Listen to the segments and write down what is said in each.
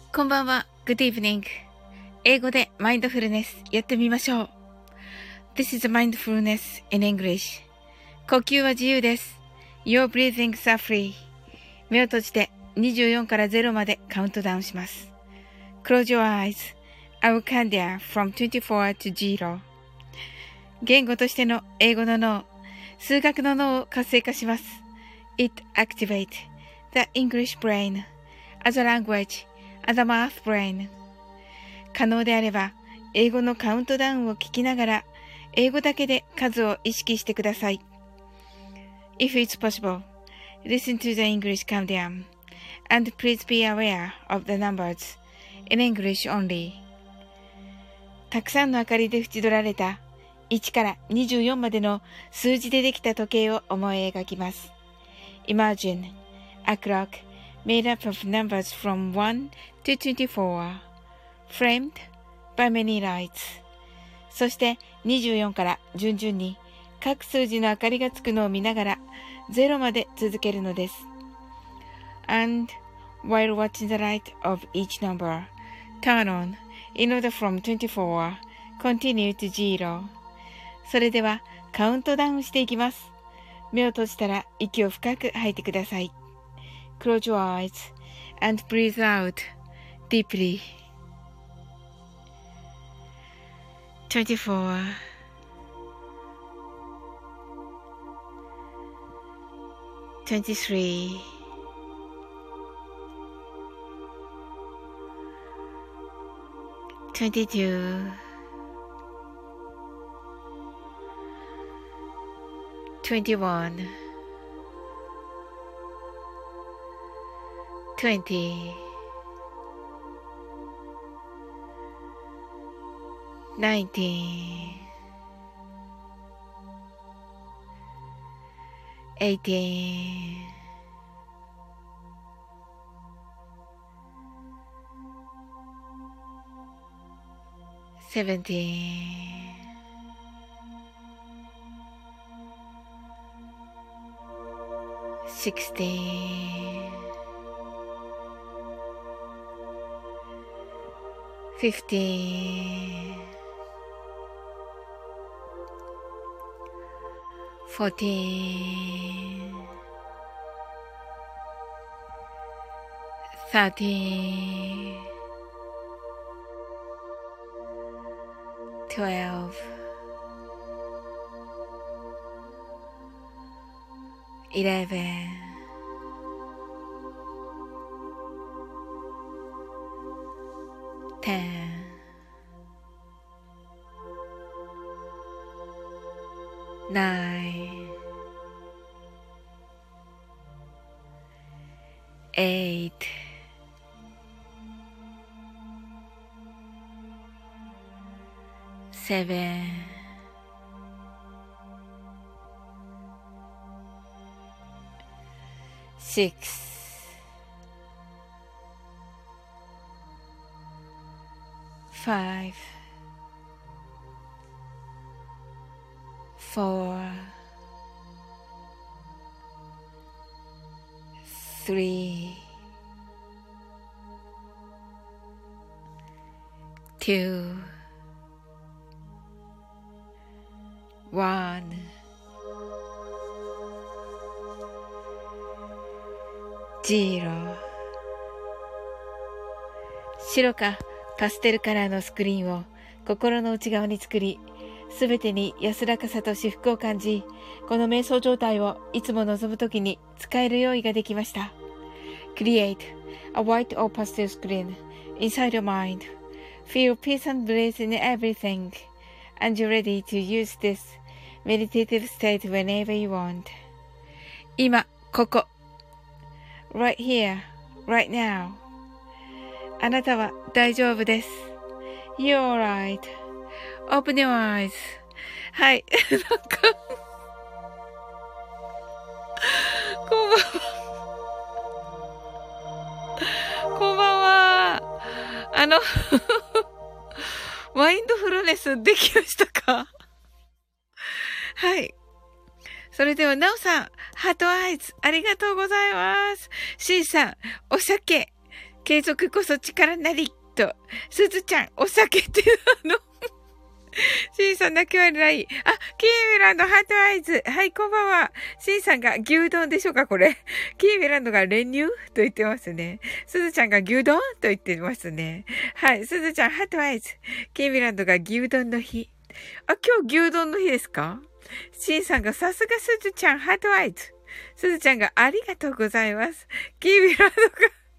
こんばんは。Good evening. 英語でマインドフルネスやってみましょう。This is mindfulness in English. 呼吸は自由です。Your breathings are free. 目を閉じて24から0までカウントダウンします。Close your eyes. I will count down from 24 to 0. 言語としての英語の脳、数学の脳を活性化します。It activates the English brain as a language.as a math brain. 可能であれば、英語のカウントダウンを聞きながら、英語だけで数を意識してください。If it's possible, listen to the English countdown, and please be aware of the numbers in English only. たくさんの明かりで縁取られた1から24までの数字でできた時計を思い描きます。Imagine a clock.made up of numbers from 1 to 24, framed by many lights. そして24から順々に各数字の明かりがつくのを見ながら0まで続けるのです。And while watching the light of each number, turn on in order from 24, continue to 0. それではカウントダウンしていきます。目を閉じたら息を深く吐いてください。Close your eyes and breathe out deeply. 24 23 22 21 20 19 18 17 16 15 14 13 12 11 10 9 8 7 6 5 4 3 2 1 0。白かパステルカラーのスクリーンを心の内側に作り、すべてに安らかさと至福を感じ、この瞑想状態をいつも望むときに使える用意ができました。Create a white or pastel screen inside your mind. Feel peace and bliss in everything, and you're ready to use this meditative state whenever you want. 今、ここ。Right here, right now. あなたは大丈夫です。You're right.Open your eyes. はい。なんかこんばんは。こんばんは。マインドフルネスできましたか？はい。それでは、なおさん、ハートアイズ、ありがとうございます。シンさん、お酒、 継続こそ力なりと、すずちゃん、お酒ってシンさん泣き笑い。あ、キーミランドハートアイズ。はい、こんばんは。シンさんが牛丼でしょうか、これ。キーミランドが練乳と言ってますね。すずちゃんが牛丼と言ってますね。はい、すずちゃんハートアイズ。キーミランドが牛丼の日。あ、今日牛丼の日ですか？シンさんがさすがすずちゃんハートアイズ。すずちゃんがありがとうございます。キーミランドが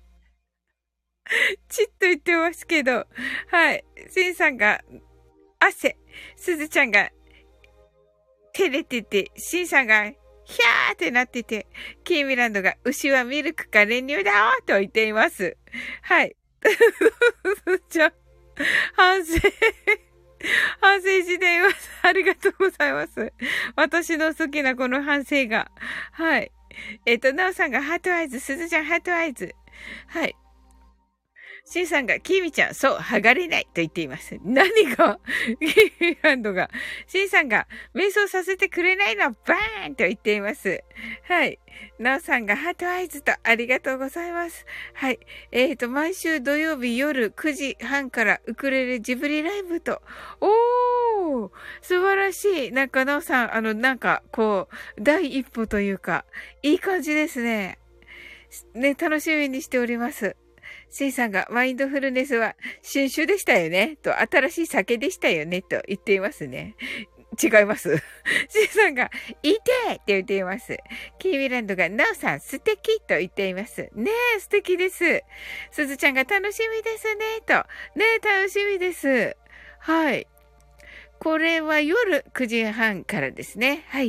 チッと言ってますけど。はい。シンさんが汗。すずちゃんが照れてて、シンさんがヒャーってなってて、キーミランドが牛はミルクか練乳だーと言っています。はい。じゃあ、反省しています。ありがとうございます。私の好きなこの反省が。はい。なおさんがハートアイズ、すずちゃんハートアイズ。はい。シンさんが、キーミちゃん、そう、剥がれないと言っています。何がキーミランドが、シンさんが、瞑想させてくれないの、バーンと言っています。はい。ナオさんが、ハートアイズと、ありがとうございます。はい。毎週土曜日夜9時半からウクレレジブリライブと、おー素晴らしい。なんか、ナオさん、なんか、こう、第一歩というか、いい感じですね。ね、楽しみにしております。シンさんがマインドフルネスは新酒でしたよねと、新しい酒でしたよねと言っていますね。違います。シンさんがいてって言っています。キーミランドがナオさん素敵と言っています。ねえ、素敵です。すずちゃんが楽しみですねと。ねえ、楽しみです。はい。これは夜9時半からですね。はい。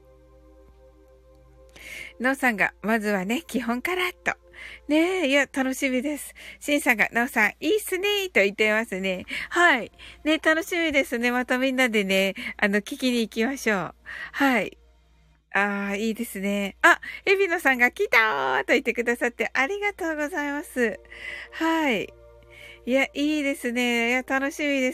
ナオさんがまずはね、基本からと。ねえ、いや、楽しみです。シンさんが、ナオさん、いいっすねと言っていますね。はい。ね、楽しみですね。またみんなでね、聞きに行きましょう。はい。ああ、いいですね。あ、エビノさんが来たーと言ってくださってありがとうございます。はい。いや、いいですね。いや、楽しみです。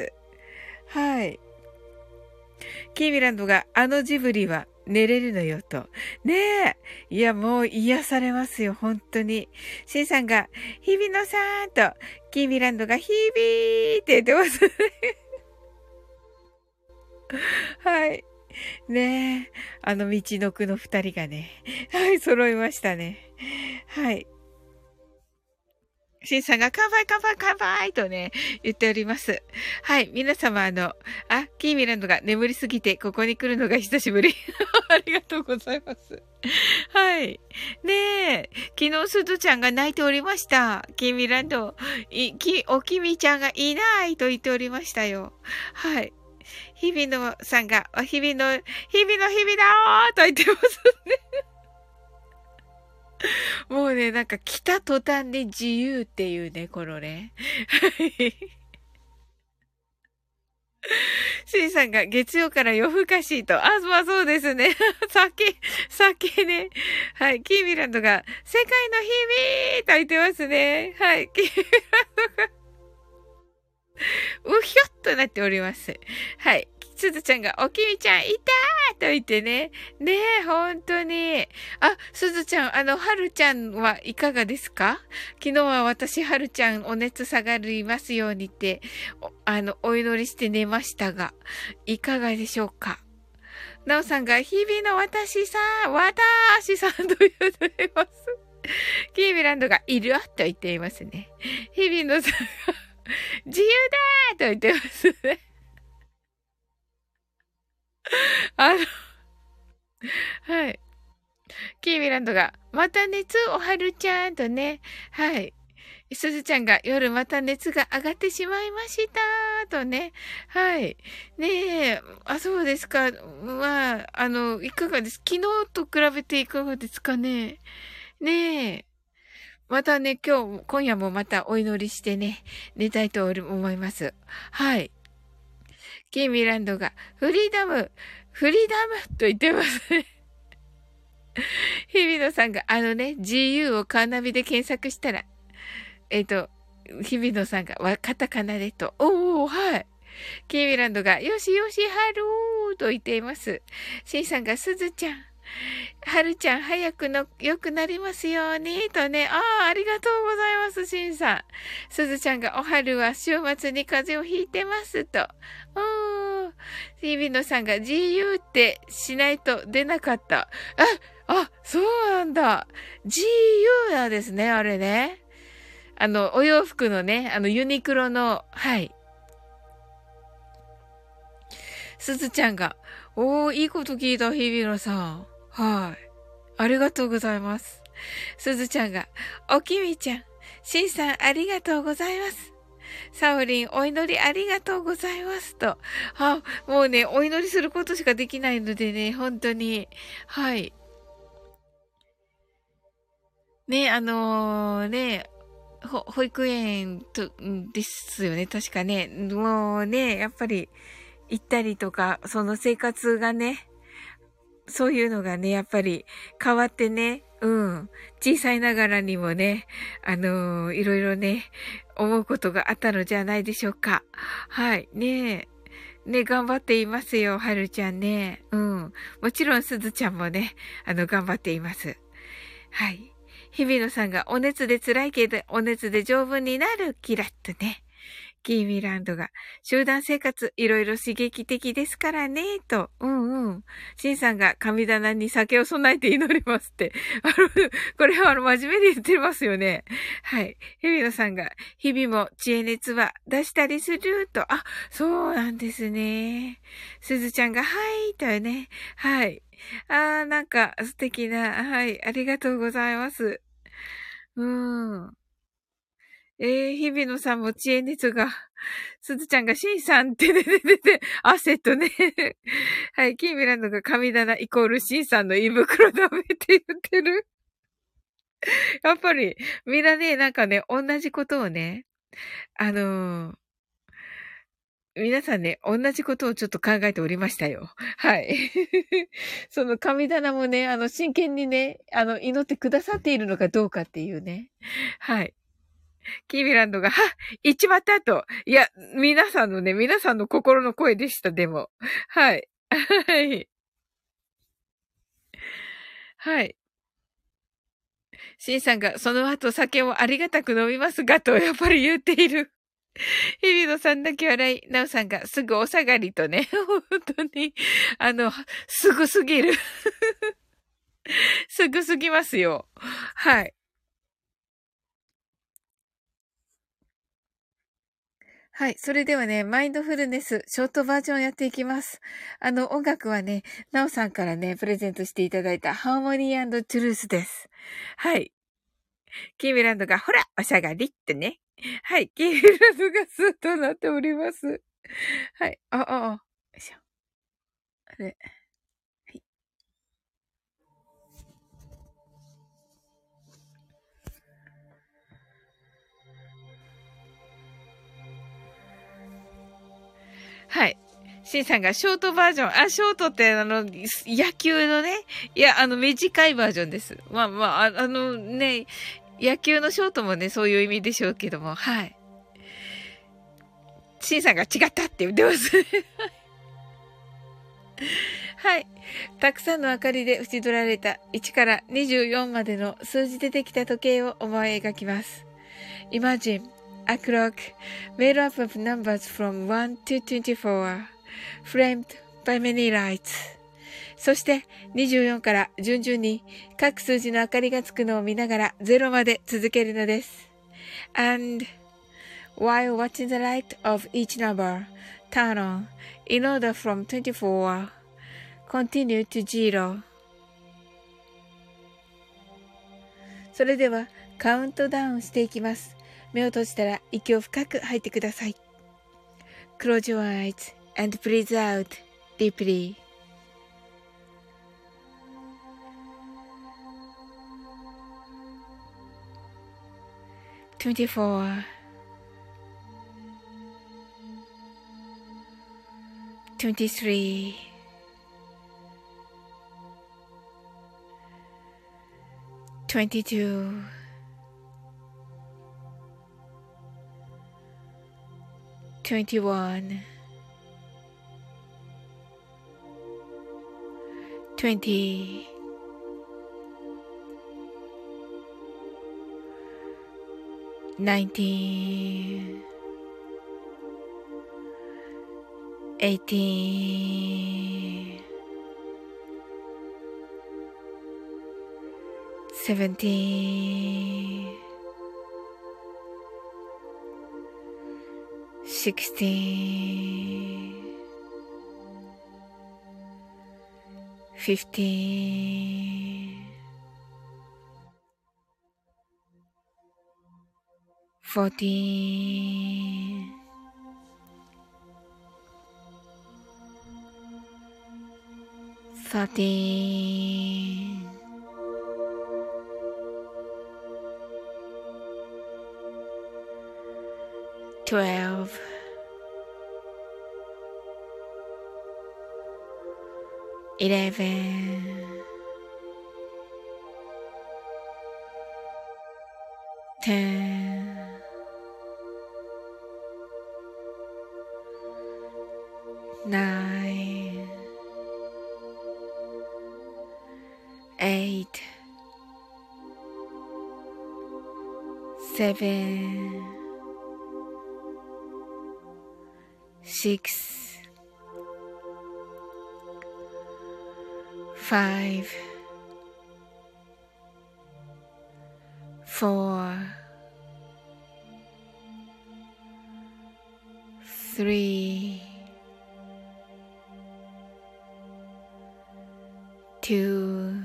はい。キーミランドが、ジブリは寝れるのよと。ねえ。いや、もう癒されますよ、本当に。シンさんが、日比野さんと、キーミランドが、日々って言ってますね。はい。ねえ。道のくの二人がね。はい、揃いましたね。はい。シンさんが乾杯乾杯乾杯とね、言っております。はい。皆様キーミランドが眠りすぎてここに来るのが久しぶり。ありがとうございます。はい。ねえ。昨日すずちゃんが泣いておりました。キーミランド、おきみちゃんがいないと言っておりましたよ。はい。日々のさんが、日々だーと言ってますね。もうね、なんか来た途端に自由っていうね、このね。はい。シンさんが月曜から夜更かしと。まあそうですね。酒ね。はい。キーミランドが世界の日々と言ってますね。はい。キーミランドがうひょっとなっております。はい。すずちゃんが、おきみちゃん、いたーと言ってね。ねえ、本当に。すずちゃん、はるちゃんはいかがですか？昨日は私、はるちゃん、お熱下がりますようにって、お祈りして寝ましたが、いかがでしょうか？なおさんが、日々の私さんと言っています。キーミランドが、いるよと言っていますね。日々のさんが、自由だーと言ってますね。はい。キーミランドが、また熱おはるちゃんとね。はい。すずちゃんが夜また熱が上がってしまいましたとね。はい。ねえ、そうですか。まあ、いかがです昨日と比べていかがですかね。ねえ。またね、今夜もまたお祈りしてね、寝たいと思います。はい。キーミランドが、フリーダムと言ってますね。日比野さんが、GU をカーナビで検索したら、日比野さんが、カタカナでと、はい。キーミランドが、よしよし、ハローと言っています。シンさんが、すずちゃん。 はるちゃん、早くの、良くなりますように、とね。ありがとうございます、しんさん。すずちゃんが、おはるは週末に風邪をひいてます、と。日比野さんが、GU ってしないと出なかった。そうなんだ。GU なんですね、あれね。お洋服のね、ユニクロの、はい。すずちゃんが、いいこと聞いた、日比野さん。はい。ありがとうございます。すずちゃんが、おきみちゃん、しんさんありがとうございます。サオリン、お祈りありがとうございます。と。もうね、お祈りすることしかできないのでね、本当に。はい。ね、保育園ですよね、確かね。もうね、やっぱり、行ったりとか、その生活がね、そういうのがね、やっぱり変わってね、小さいながらにもね、いろいろね、思うことがあったのじゃないでしょうか。はい。ね、頑張っていますよ、はるちゃんね。もちろん、すずちゃんもね、頑張っています。はい。日比野さんがお熱で辛いけど、お熱で丈夫になる、キラッとね。キーミランドが、集団生活いろいろ刺激的ですからね、と。シンさんが神棚に酒を備えて祈りますって。これは真面目に言ってますよね。はい。日比野さんが、日々も知恵熱は出したりすると。そうなんですね。すずちゃんが、はい、とね。はい。なんか素敵な、はい、ありがとうございます。日比野さんも知恵熱が、すずちゃんがシンさんって汗とね。はい、キーミランドが神棚イコールシンさんの胃袋ダメって言ってる。やっぱり、みんなね、なんかね、同じことをね、あのー皆さんね、同じことをちょっと考えておりましたよ。はい。その神棚もね、真剣にね、祈ってくださっているのかどうかっていうね。はい。キーミランドが、行っちまったと。いや、皆さんの心の声でした、でも。はい。はい。はい。シンさんが、その後酒をありがたく飲みますが、と、やっぱり言っている。日比野さんだけ笑い、ナオさんがすぐお下がりとね、本当に、すぐすぎる。すぐすぎますよ。はい。はい。それではね、マインドフルネス、ショートバージョンやっていきます。音楽はね、ナオさんからね、プレゼントしていただいたハーモニートゥルースです。はい。キーミランドが、ほら、お下がりってね。はい。キーミランドがスーとなっております。はい。よいしょ。あれ。はい。はい。シンさんがショートバージョン。ショートって野球のね。いや、短いバージョンです。ね、野球のショートもね、そういう意味でしょうけども、はい。シンさんが違ったって言ってますね。はい。たくさんの明かりで縁取られた1から24までの数字でできた時計を思い描きます。Imagine a clock made up of numbers from 1 to 24, framed by many lights. そして24から順々に各数字の明かりがつくのを見ながら0まで続けるのです。And while watching the light of each number turn on in order from 24, continue to 0. それではカウントダウンしていきます。目を閉じたら息を深く吐いてください。Close your eyes and breathe out deeply. 24 23 22 21 20 19, 18, 17, 16, 15, 14, 13, 12, 11, 10, 9, 8, 7, 6, 5, 4, 3, 2,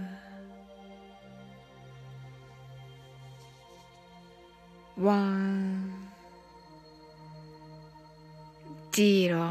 1, 0。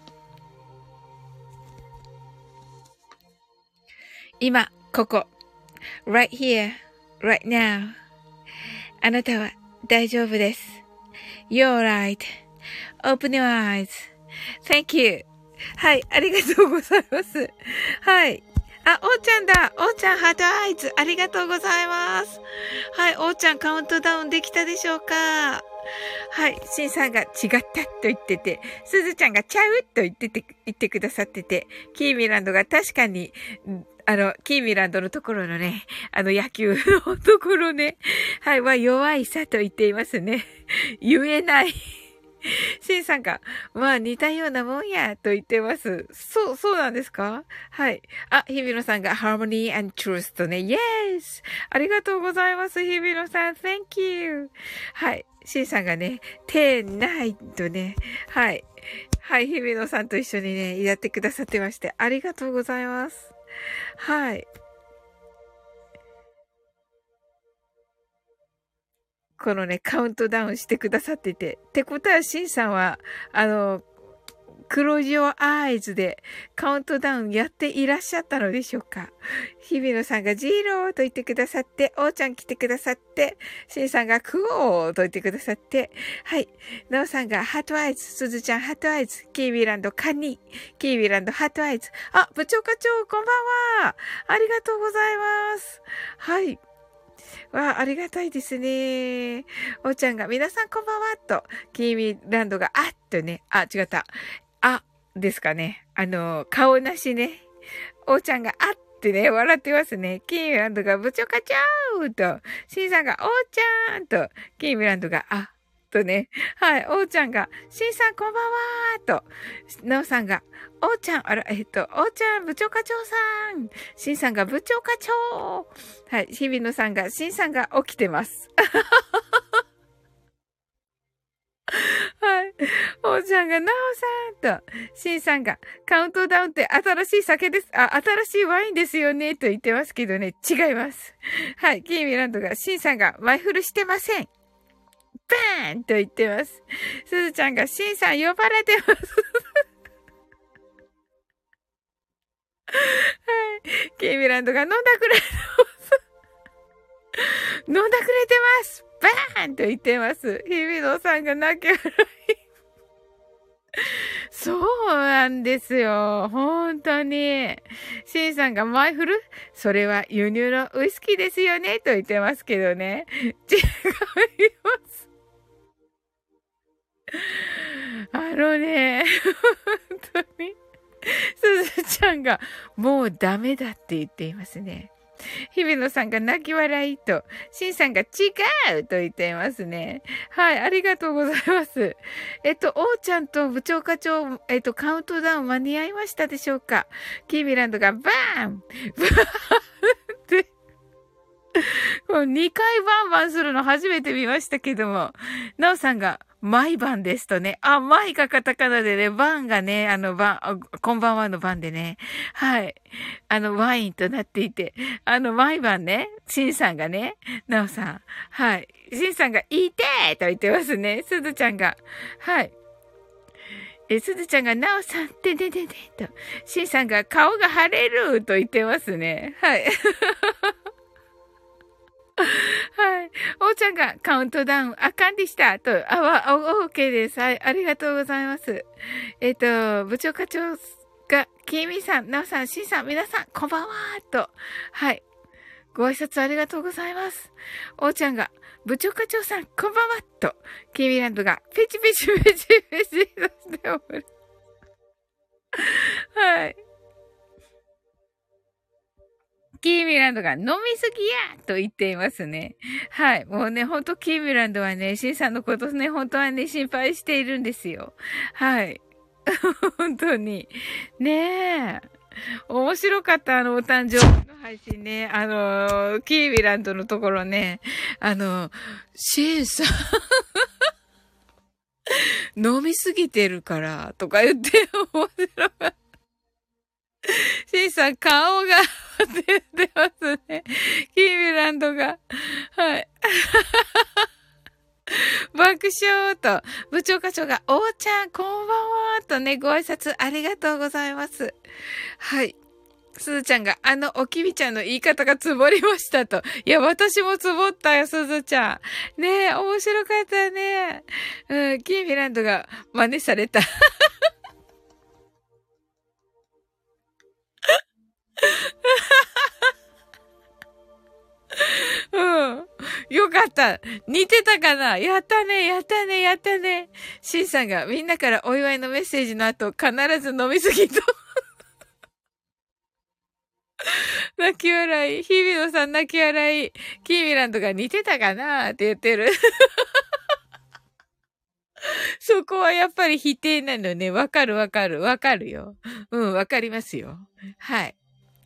今、ここ。right here, right now. あなたは大丈夫です。You're right.Open your eyes. Thank you. はい、ありがとうございます。はい。あ、おーちゃんだ。おーちゃん、ハートアイズ。ありがとうございます。はい、おーちゃん、カウントダウンできたでしょうか？はい、シンさんが違ったと言ってて、すずちゃんがちゃうと言ってくださってて、キーミランドが確かに、キーミランドのところのね、野球のところね、はい、は弱いさと言っていますね。言えない。シンさんが、まあ似たようなもんや、と言ってます。そうなんですか？はい。あ、日比野さんが Harmony and Truth とね、Yes! ありがとうございます、日比野さん。Thank you! はい。シンさんがね、ないとね、はい。はい、日比野さんと一緒にね、やってくださってまして、ありがとうございます。はい。このね、カウントダウンしてくださってて。ってことは、シンさんは、Close your eyes でカウントダウンやっていらっしゃったのでしょうか？日比野さんが0と言ってくださって、おーちゃん来てくださって、シンさんがクオーと言ってくださって、はい。なおさんがハートアイズ、すずちゃんハートアイズ、キービランドカニ、キービランドハートアイズ。あ、部長課長、こんばんは。ありがとうございます。はい。わあ、ありがたいですね。おーちゃんが、皆さんこんばんは、と、キーミランドが、あっとね、あ、違った。あ、ですかね。顔なしね。おーちゃんが、あってね、笑ってますね。キーミランドが、部長課長と、シンさんが、おーちゃんと、キーミランドが、あ、とね。はい、おーちゃんが、シンさんこんばんはと、なおさんが、おーちゃん、おーちゃん、部長課長さん。シンさんが、部長課長。はい、日比野さんが、シンさんが起きてます。はい。おーちゃんが、なおさんと、シンさんが、カウントダウンって新しい酒です。新しいワインですよね、と言ってますけどね、違います。はい。キーミランドが、シンさんが、前振りしてません。バーンと言ってます。すずちゃんが、シンさん呼ばれてます。はい。キーミランドが、飲んだくれてます。バーンと言ってます。日比野さんが泣き笑い。そうなんですよ。本当に。シンさんがマイフル？それは輸入のウイスキーですよねと言ってますけどね。違います。本当に。すずちゃんがもうダメだって言っていますね。 日比野さんが泣き笑いと、しんさんが違うと言っていますね。はい、ありがとうございます。おーちゃんと部長課長、カウントダウン間に合いましたでしょうか？キーミランドがバーンバーンって、こう2回バンバンするの初めて見ましたけども、なおさんが毎晩ですとね。あ、毎がカタカナでね、晩がね、こんばんはの晩でね。はい。ワインとなっていて、毎晩ね、シンさんがね、なおさん。はい。シンさんが、いてーと言ってますね。すずちゃんが。はい。すずちゃんが、なおさん、てでででと。シンさんが、顔が腫れると言ってますね。はい。はい。おーちゃんがカウントダウンあかんでしたと、OK です。はい。ありがとうございます。部長課長が、きみさん、なおさん、しんさん、皆さん、こんばんはと。はい。ご挨拶ありがとうございます。おーちゃんが、部長課長さん、こんばんはと。キーミランドが、ペチペチペチペチとしておる。はい。キーミランドが飲みすぎやと言っていますね。はい。もうね、ほんとキーミランドはね、シンさんのことね、本当はね、心配しているんですよ。はい。本当に。ねえ。面白かった、お誕生日の配信ね。キーミランドのところね、シンさん、飲みすぎてるから、とか言って面白かった。シンさん、顔が出てますね。キーミランドが。はい。爆笑と、部長課長が、おーちゃん、こんばんはとね、ご挨拶ありがとうございます。はい。すずちゃんが、おきびちゃんの言い方がつぼりましたと。いや、私もつぼったよ、すずちゃん。ねえ、面白かったね。うん、キーミランドが真似された。うん。よかった。似てたかな？やったね、やったね、やったね。シンさんがみんなからお祝いのメッセージの後、必ず飲みすぎと。泣き笑い。日比野さん泣き笑い。キーミランドが似てたかなって言ってる。そこはやっぱり否定なのね。わかるわかる。わかるよ。うん、わかりますよ。はい。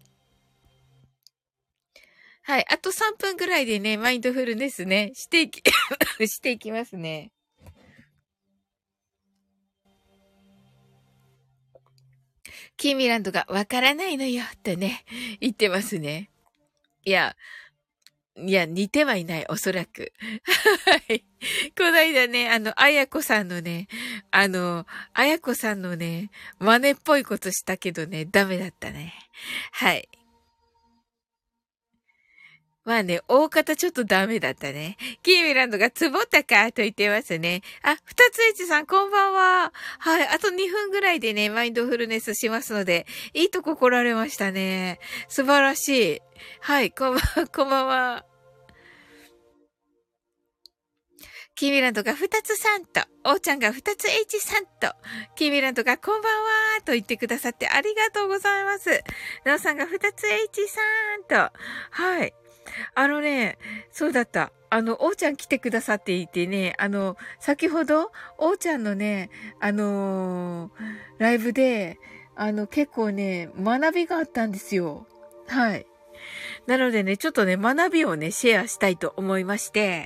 はい。あと3分ぐらいでね、マインドフルネスね、していきますね。キーミランドがわからないのよ、とね、言ってますね。いや、似てはいない、おそらく。はい。この間ね、あやこさんのね、あやこさんのね、真似っぽいことしたけどね、ダメだったね。はい。まあね、大方ちょっとダメだったね。キーミランドがツボったかと言ってますね。あ、二つエチさんこんばんは。はい。あと2分ぐらいでね、マインドフルネスしますので、いいとこ来られましたね。素晴らしい。はい。こんばんは。キーミランドが二つさんと、おーちゃんが二つ H さんと、キーミランドがこんばんはと言ってくださってありがとうございます。なおさんが二つ H さんと、はい。そうだった。おーちゃん来てくださっていてね、先ほど、おーちゃんのね、ライブで、結構ね、学びがあったんですよ。はい。なのでね、ちょっとね、学びをね、シェアしたいと思いまして、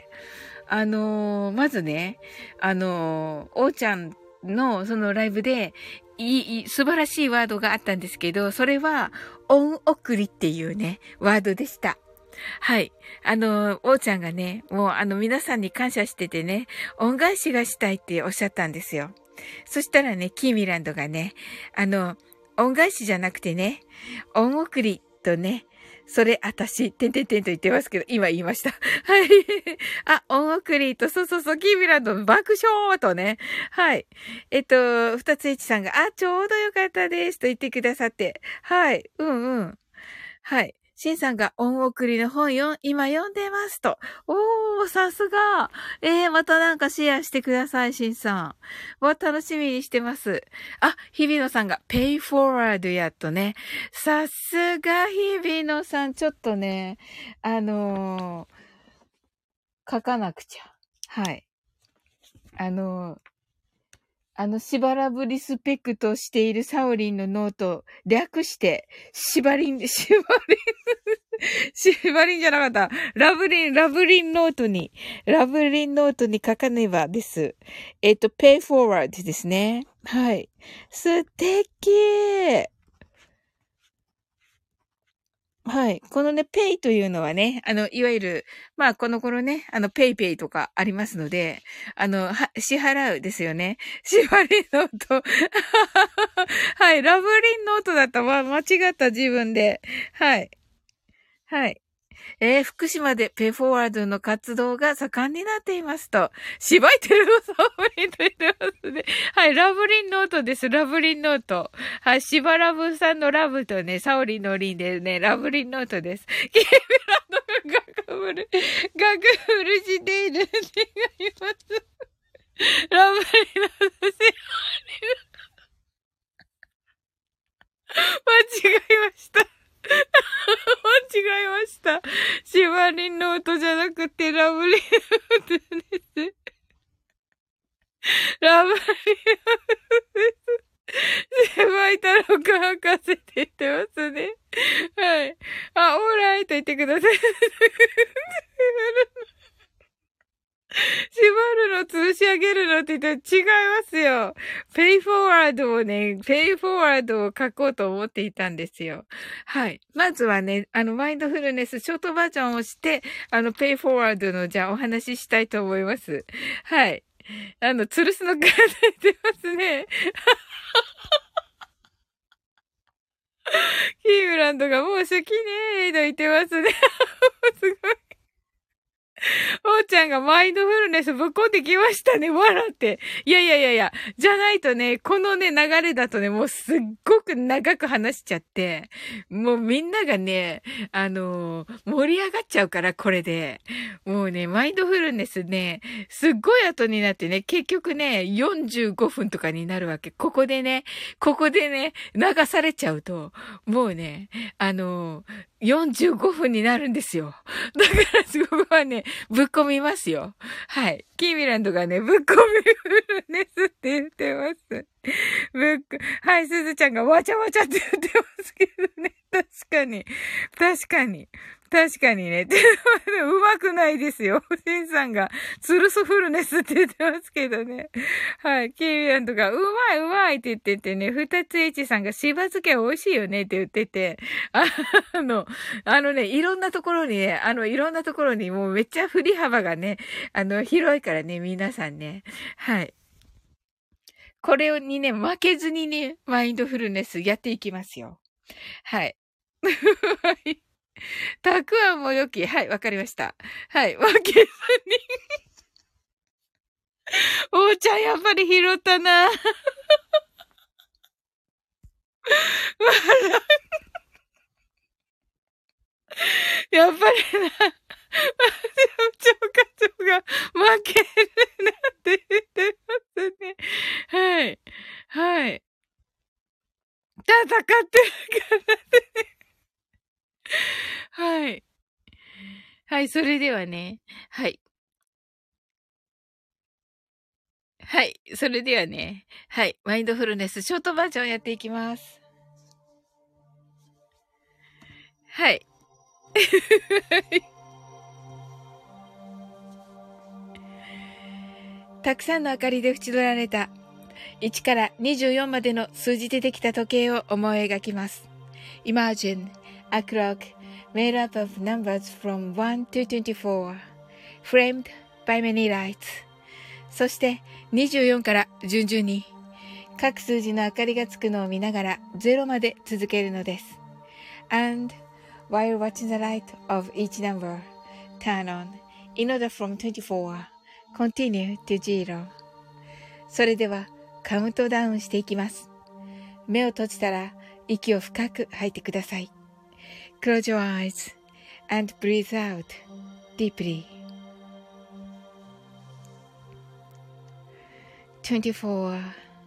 まずね、おーちゃんのそのライブで、素晴らしいワードがあったんですけど、それは、恩送りっていうね、ワードでした。はい。おーちゃんがね、もう皆さんに感謝しててね、恩返しがしたいっておっしゃったんですよ。そしたらね、キーミランドがね、恩返しじゃなくてね、恩送りとね、それ、てんと言ってますけど、今言いました。はい。あ、恩送りと、そう、キーミランド爆笑とね。はい。二つ H さんが、ちょうどよかったですと言ってくださって。はい。うん。はい。 シンさんが恩送りの本今読んでますと。おー、さすが。またなんかシェアしてください、シンさん。楽しみにしてます。あ、日比野さんが pay forward やっとね。さすが日比野さん、ちょっとね、書かなくちゃ。はい。しばらぶリスペクトしているサオリンのノート、略して、しばりんじゃなかった。ラブリンノートに書かねばです。pay forward ですね。はい。素敵はい。このね、ペイというのはね、いわゆる、まあ、この頃ね、ペイペイとかありますので、支払うですよね。縛りノート。はい。ラブリンノートだった。間違った自分で。はい。はい。福島でペイフォワードの活動が盛んになっていますと。しばいてるのサオリンと言ってますね。はい、ラブリンノートです。ラブリンノート。はい、しばらぶさんのラブとね、サオリンのリンでね、ラブリンノートです。キーベランドがガクブルしている。違います。ラブリンノート、間違えました。間違えました。シバリンノートじゃなくてラブリンノートです。ラブリンノートです。シバイタロカ博士って言ってますね。はい。あ、オーライと言ってください。縛るの吊るし上げるのって言ったら違いますよ。ペイフォワードをね、ペイフォワードを書こうと思っていたんですよ。はい。まずはね、マインドフルネスショートバージョンをして、ペイフォワードのじゃあお話ししたいと思います。はい。吊るすのから出てますね。キーブランドがもう好きねーと言ってますね。すごい。おーちゃんがマインドフルネスぶっこんできましたね。笑って。いやいやいやいや。じゃないとね、このね、流れだとね、もうすっごく長く話しちゃって、もうみんながね、盛り上がっちゃうから、これで。もうね、マインドフルネスね、すっごい後になってね、結局ね、45分とかになるわけ。ここでね、流されちゃうと、もうね、45分になるんですよ。だから、ここはね、ぶっ込みますよ。はい。キーミランドがね、ぶっ込みフルネスって言ってます。はい、すずちゃんがわちゃわちゃって言ってますけどね。確かに。確かに。確かにね。うまくないですよ。シンさんが、ツルスフルネスって言ってますけどね。はい。キーミランドが、うまいって言っててね、二つ H さんが、しば漬け美味しいよねって言ってて、いろんなところにね、いろんなところにもうめっちゃ振り幅がね、広いからね、皆さんね。はい。これにね、負けずにね、マインドフルネスやっていきますよ。はい。はい。たくあんもよき。はい、わかりました。はい、負けずに。おーちゃん、やっぱり拾ったな。やっぱりな。長課長が負けるなって言ってますね。はい。はい。戦ってるからね。はい。はい、それではね。はい。はい。それではね。はい。マインドフルネスショートバージョンやっていきます。はい。たくさんの明かりで縁取られた1から24までの数字でできた時計を思い描きます。Imagine a clock made up of numbers from 1 to 24, framed by many lights. そして24から順々に各数字の明かりがつくのを見ながら0まで続けるのです。And while watching the light of each number turn on in order from 24, continue to 0. それではカウントダウンしていきます。目を閉じたら息を深く吐いてください。 Close your eyes and breathe out deeply. 24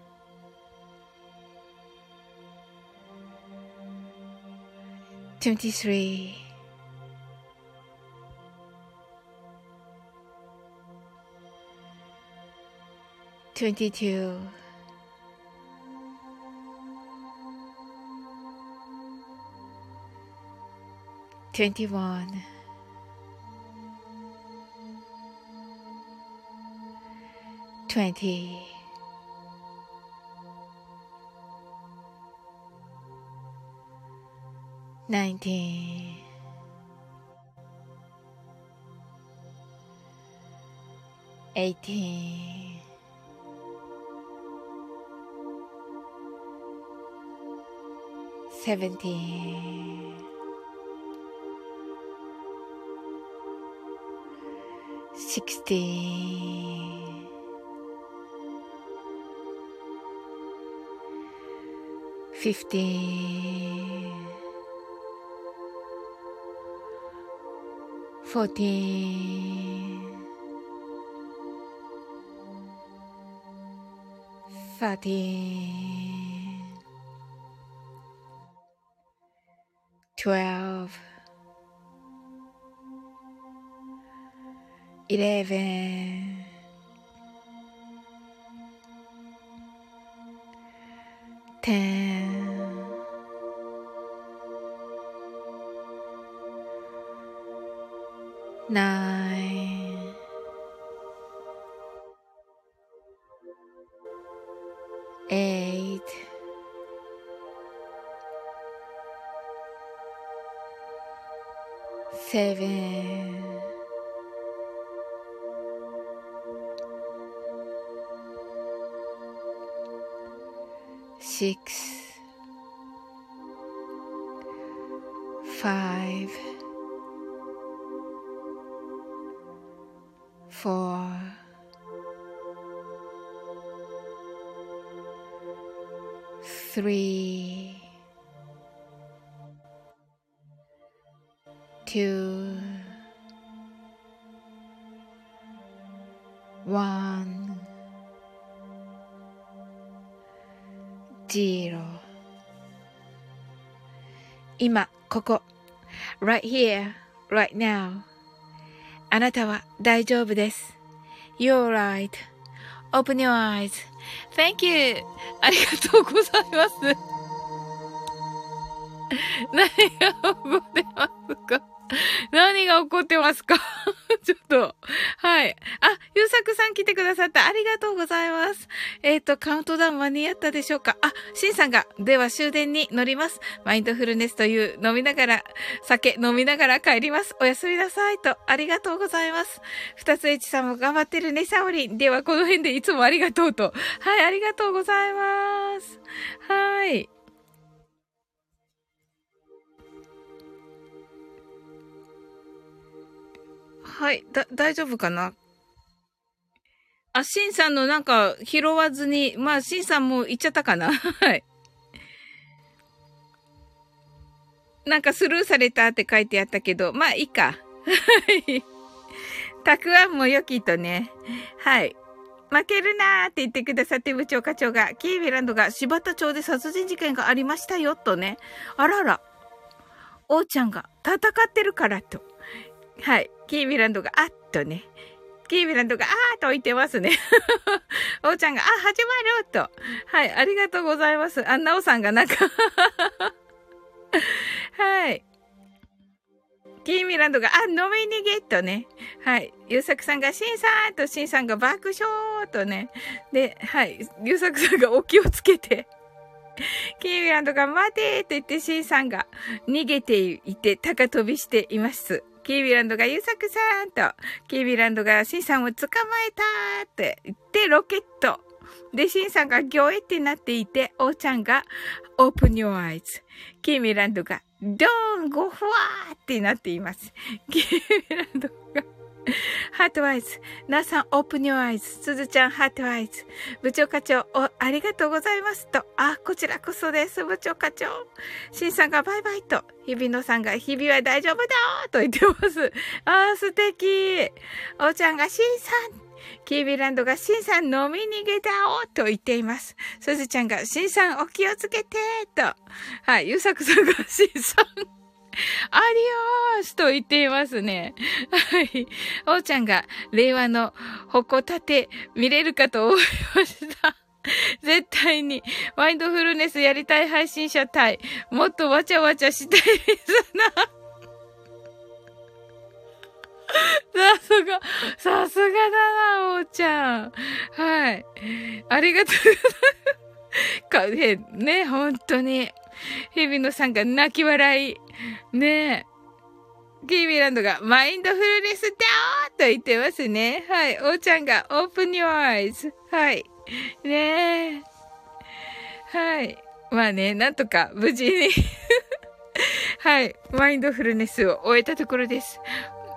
23 22 21 20 19 18 17 16 15 14 13 12 11 10 9 8 7 6 5 4 3 2 1 0今ここ right here, right now あなたは大丈夫です。You're right. Open your eyes. Thank you. ありがとうございます。何が起こってますか？何が起こってますか？ちょっと。はい。あ、ゆうさくさん来てくださった。ありがとうございます。カウントダウン間に合ったでしょうか？あ、しんさんが、では終電に乗ります。マインドフルネスという酒飲みながら帰ります。おやすみなさいと。ありがとうございます。二つ H さんも頑張ってるね、サオリン。ではこの辺でいつもありがとうと。はい、ありがとうございます。はい。はい、大丈夫かな？あ、シンさんのなんか拾わずに、まあ、シンさんも行っちゃったかな？はい。なんかスルーされたって書いてあったけど、まあいいか。はい。たくあんも良きとね。はい。負けるなーって言ってくださって部長課長が、キービランドが柴田町で殺人事件がありましたよ、とね。あらら。おーちゃんが戦ってるからと。はい。キービランドがあっとね。キービランドがあーと置いてますね。おーちゃんが、あ、始まると。はい。ありがとうございます。あ、なおさんがなんかはい。キーミランドが、あ、飲み逃げとね。はい。ゆうさくさんが、シンさんと、シンさんが爆笑とね。で、はい。ゆうさくさんがお気をつけて。キーミランドが、待てーと言って、シンさんが逃げていて、高飛びしています。キーミランドが、ゆうさくさんと、キーミランドが、シンさんを捕まえたーって言って、ロケット。で、シンさんがギョエってなっていて、おーちゃんが、open your eyes。キーミランドが、don't go far ってなっています。キーミランドが、 ハートアイズ。なさん、オープニューアイズ。すずちゃん、ハートアイズ。部長課長、ありがとうございますと。こちらこそです。部長課長。しんさんがバイバイと。日比野さんが、日々は大丈夫だと言ってます。素敵。おーちゃんが、しんさん。キービランドが、しんさん飲み逃げだおと言っています。すずちゃんが、しんさんお気をつけてと。はい。ゆうさくさんが、しんさん。アディオースと言っていますね。はい。おーちゃんが、令和のホコタテ見れるかと思いました。絶対に、マインドフルネスやりたい配信者対、もっとわちゃわちゃしたいですな。さすがだな、おーちゃん。はい。ありがとうございます。ね、本当に。日比野さんが泣き笑い。ねえ。キーミランドがマインドフルネスだーと言ってますね。はい。おーちゃんがオープンニューアイズ。はい。ねえ。はい。まあね、なんとか無事にはい。マインドフルネスを終えたところです。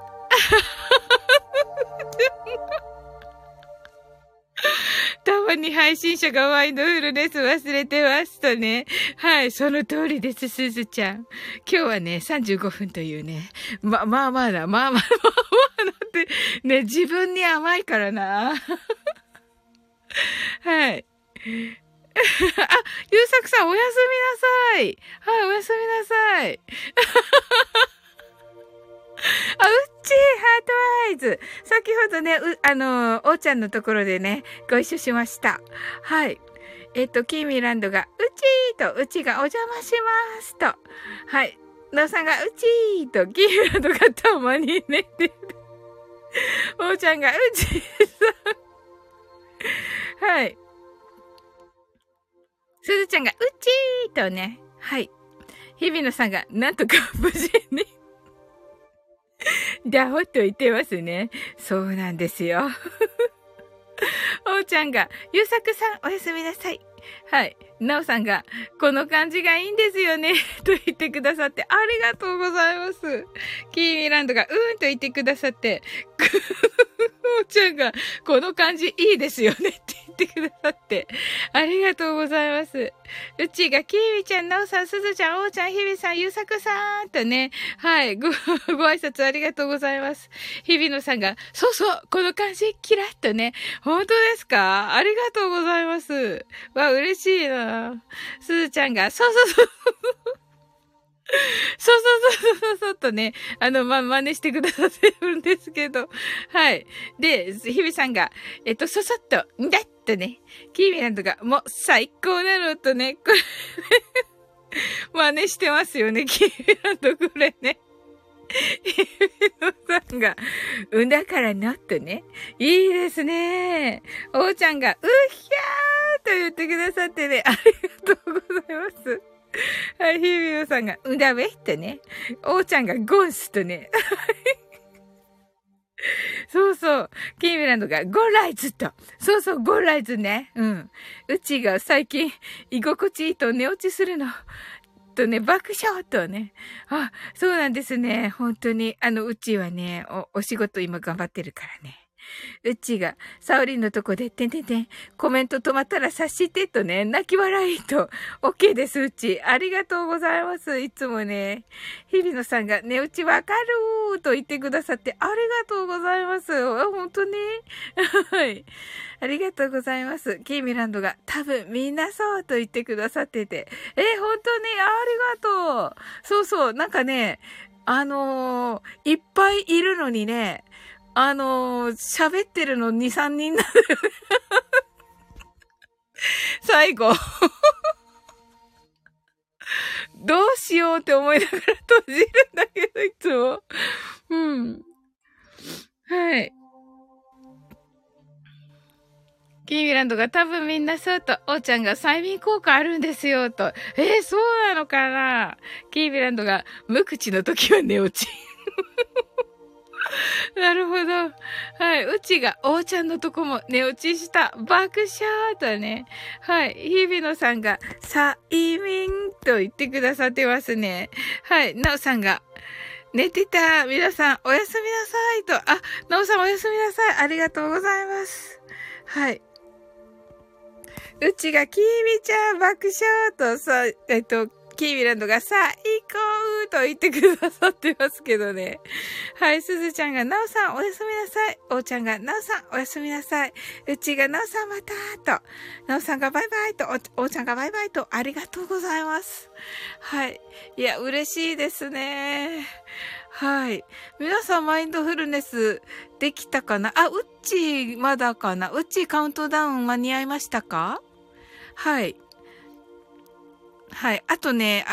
たまに配信者がマインドフルネス忘れてますとね。はい、その通りです、すずちゃん。今日はね、35分というね。まあなってね、自分に甘いからな。はい。ゆうさくさん、おやすみなさい。はい、おやすみなさい。うっちー、ハートアイズ。先ほどね、おーちゃんのところでね、ご一緒しました。はい。キーミランドが、うちーと、うちがお邪魔しますと。はい。のさんが、うちーと、キーミランドがたまにね、おーちゃんが、うちーさん。はい。すずちゃんが、うちーとね、はい。日比野さんが、なんとか無事に。だほっと言ってますね。そうなんですよ。おーちゃんが、ゆうさくさんおやすみなさい。はい。なおさんが、この感じがいいんですよね。と言ってくださって、ありがとうございます。キーミランドが、と言ってくださって、おーちゃんが、この感じいいですよね。って言ってくださって、ありがとうございます。うちが、キーミちゃん、なおさん、すずちゃん、おーちゃん、ひびさん、ゆうさくさん、とね、はい、ご挨拶ありがとうございます。日比野さんが、そうそう、この感じ、キラッとね、本当ですか？ありがとうございます。わ、嬉しいな。すずちゃんが、そう。そうとね、真似してくださってるんですけど。はい。で、日比さんが、そっと、んだっとね、キーミランドが、もう最高なのとね、これ、ね、真似してますよね、キーミランドこれね。日比野さんが、だからなとね。いいですね。おーちゃんが、ひゃーと言ってくださってね、ありがとうございます。はい、日比野さんが、だべってね。おーちゃんがゴンスとね。そうそう。キーミランドがゴンライズと。そう、ゴンライズね。うん。うちが最近、居心地いいと寝落ちするの。とね、爆笑とね。そうなんですね。本当に。うちはね、お仕事今頑張ってるからね。うちが、サオリンのとこで、コメント止まったら察してとね、泣き笑いと、OK です、うち。ありがとうございます。いつもね。日比野さんが、ね、うちわかると言ってくださって、ありがとうございます。本当にはい。ありがとうございます。キーミランドが、多分みんなそうと言ってくださってて。本当にありがとう。そう、なんかね、いっぱいいるのにね、喋ってるの2、3人なんだよね。最後。どうしようって思いながら閉じるんだけど、いつも。うん。はい。キーミランドが多分みんなそうと、おーちゃんが催眠効果あるんですよ、と。そうなのかな？キーミランドが無口の時は寝落ち。なるほど。はい。うちが、おーちゃんのとこも寝落ちした。爆笑とね。はい。日比野さんが、催眠と言ってくださってますね。はい。なおさんが、 寝てた。皆さん、おやすみなさいと。あ、なおさんおやすみなさい。ありがとうございます。はい。うちがキーミちゃん爆笑と、さ、キーミランドがさ、行こうと言ってくださってますけどね。はい、すずちゃんが、なおさんおやすみなさい。おーちゃんが、なおさんおやすみなさい。うちが、なおさんまたと。なおさんがバイバイと、おーちゃんがバイバイと、ありがとうございます。はい。いや、嬉しいですね。はい。皆さんマインドフルネスできたかなあ、うっちーまだかなうっちーカウントダウン間に合いましたかはい。はい。あとね、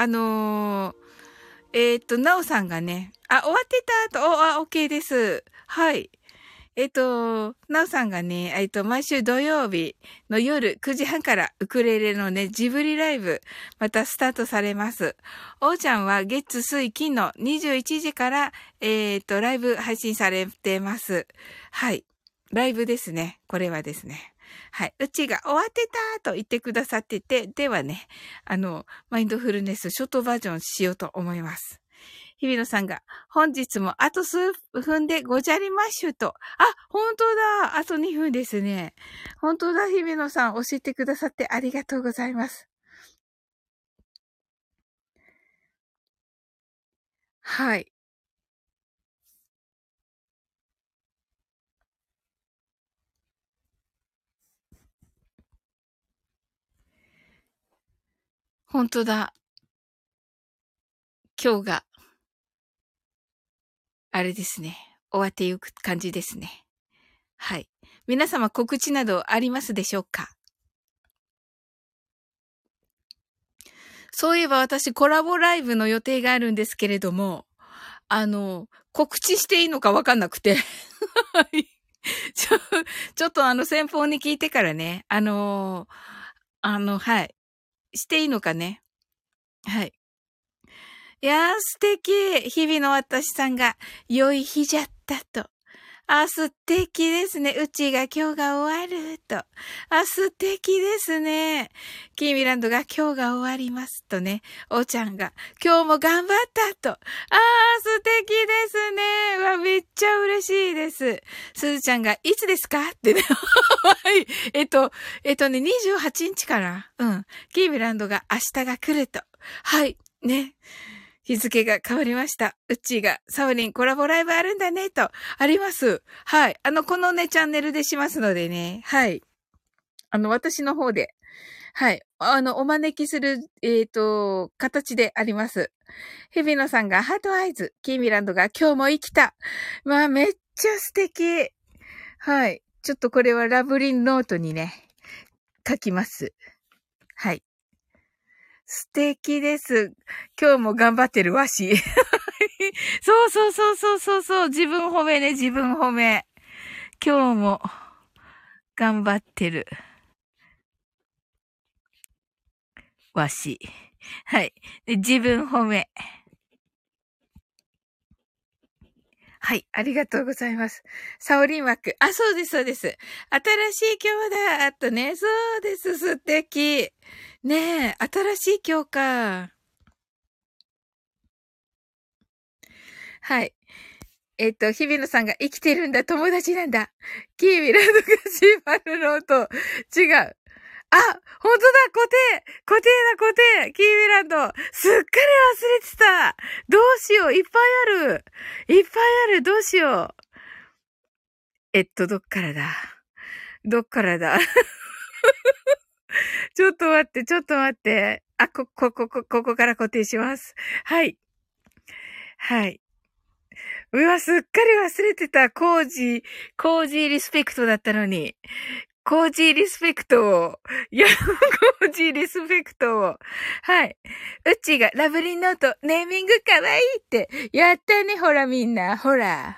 なおさんがね、あ、終わってたオッケーです。はい。なおさんがね、毎週土曜日の夜9時半からウクレレのね、ジブリライブ、またスタートされます。おーちゃんは月、水、金の21時から、ライブ配信されてます。はい。ライブですね。これはですね。はい。うちが終わってたと言ってくださってて、ではね、マインドフルネスショートバージョンしようと思います。日比野さんが、本日もあと数分でごじゃりましゅと。あ、本当だ。あと2分ですね。本当だ、日比野さん。教えてくださってありがとうございます。はい。本当だ。今日が、あれですね。終わっていく感じですね。はい。皆様告知などありますでしょうか？そういえば私コラボライブの予定があるんですけれども、告知していいのかわかんなくて。はい。ちょっと先方に聞いてからね、はい。していいのかね。はい。いやー、素敵。日々の私さんが、良い日じゃったと。あ、素敵ですね。うちが今日が終わると。あ、素敵ですね。キーミランドが今日が終わりますとね。おちゃんが今日も頑張ったと。あ素敵ですね。わ、めっちゃ嬉しいです。すずちゃんがいつですかってね。はい。28日から。うん。キーミランドが明日が来ると。はい。ね。日付が変わりました。うっちーが、サオリンコラボライブあるんだね、と。あります。はい。このね、チャンネルでしますのでね。はい。私の方で。はい。お招きする、形であります。日比野さんがハートアイズ。キーミランドが今日も生きた。まあ、めっちゃ素敵。はい。ちょっとこれはラブリンノートにね、書きます。はい。素敵です。今日も頑張ってるわし。そうそうそうそうそうそう。自分褒めね、自分褒め。今日も頑張ってるわし。はい。で自分褒め。はい。ありがとうございます。サオリン枠。あ、そうです、そうです。新しい今日だ。とね。そうです。素敵。ねえ、新しい今日か。はい。日比野さんが生きてるんだ、友達なんだ。キーミランドがシーバルローと違う。あ、本当だ、固定だ、固定、キーミランド。すっかり忘れてた。どうしよう、いっぱいある。いっぱいある、どうしよう。どっからだ。どっからだ。ちょっと待って、ちょっと待って。あ、ここから固定します。はい。はい。うわ、すっかり忘れてた。コージーリスペクトだったのに。コージーリスペクトを。いや、コージーリスペクトを。はい。うっちーがラブリーノート、ネーミングかわいいって。やったね、ほらみんな。ほら。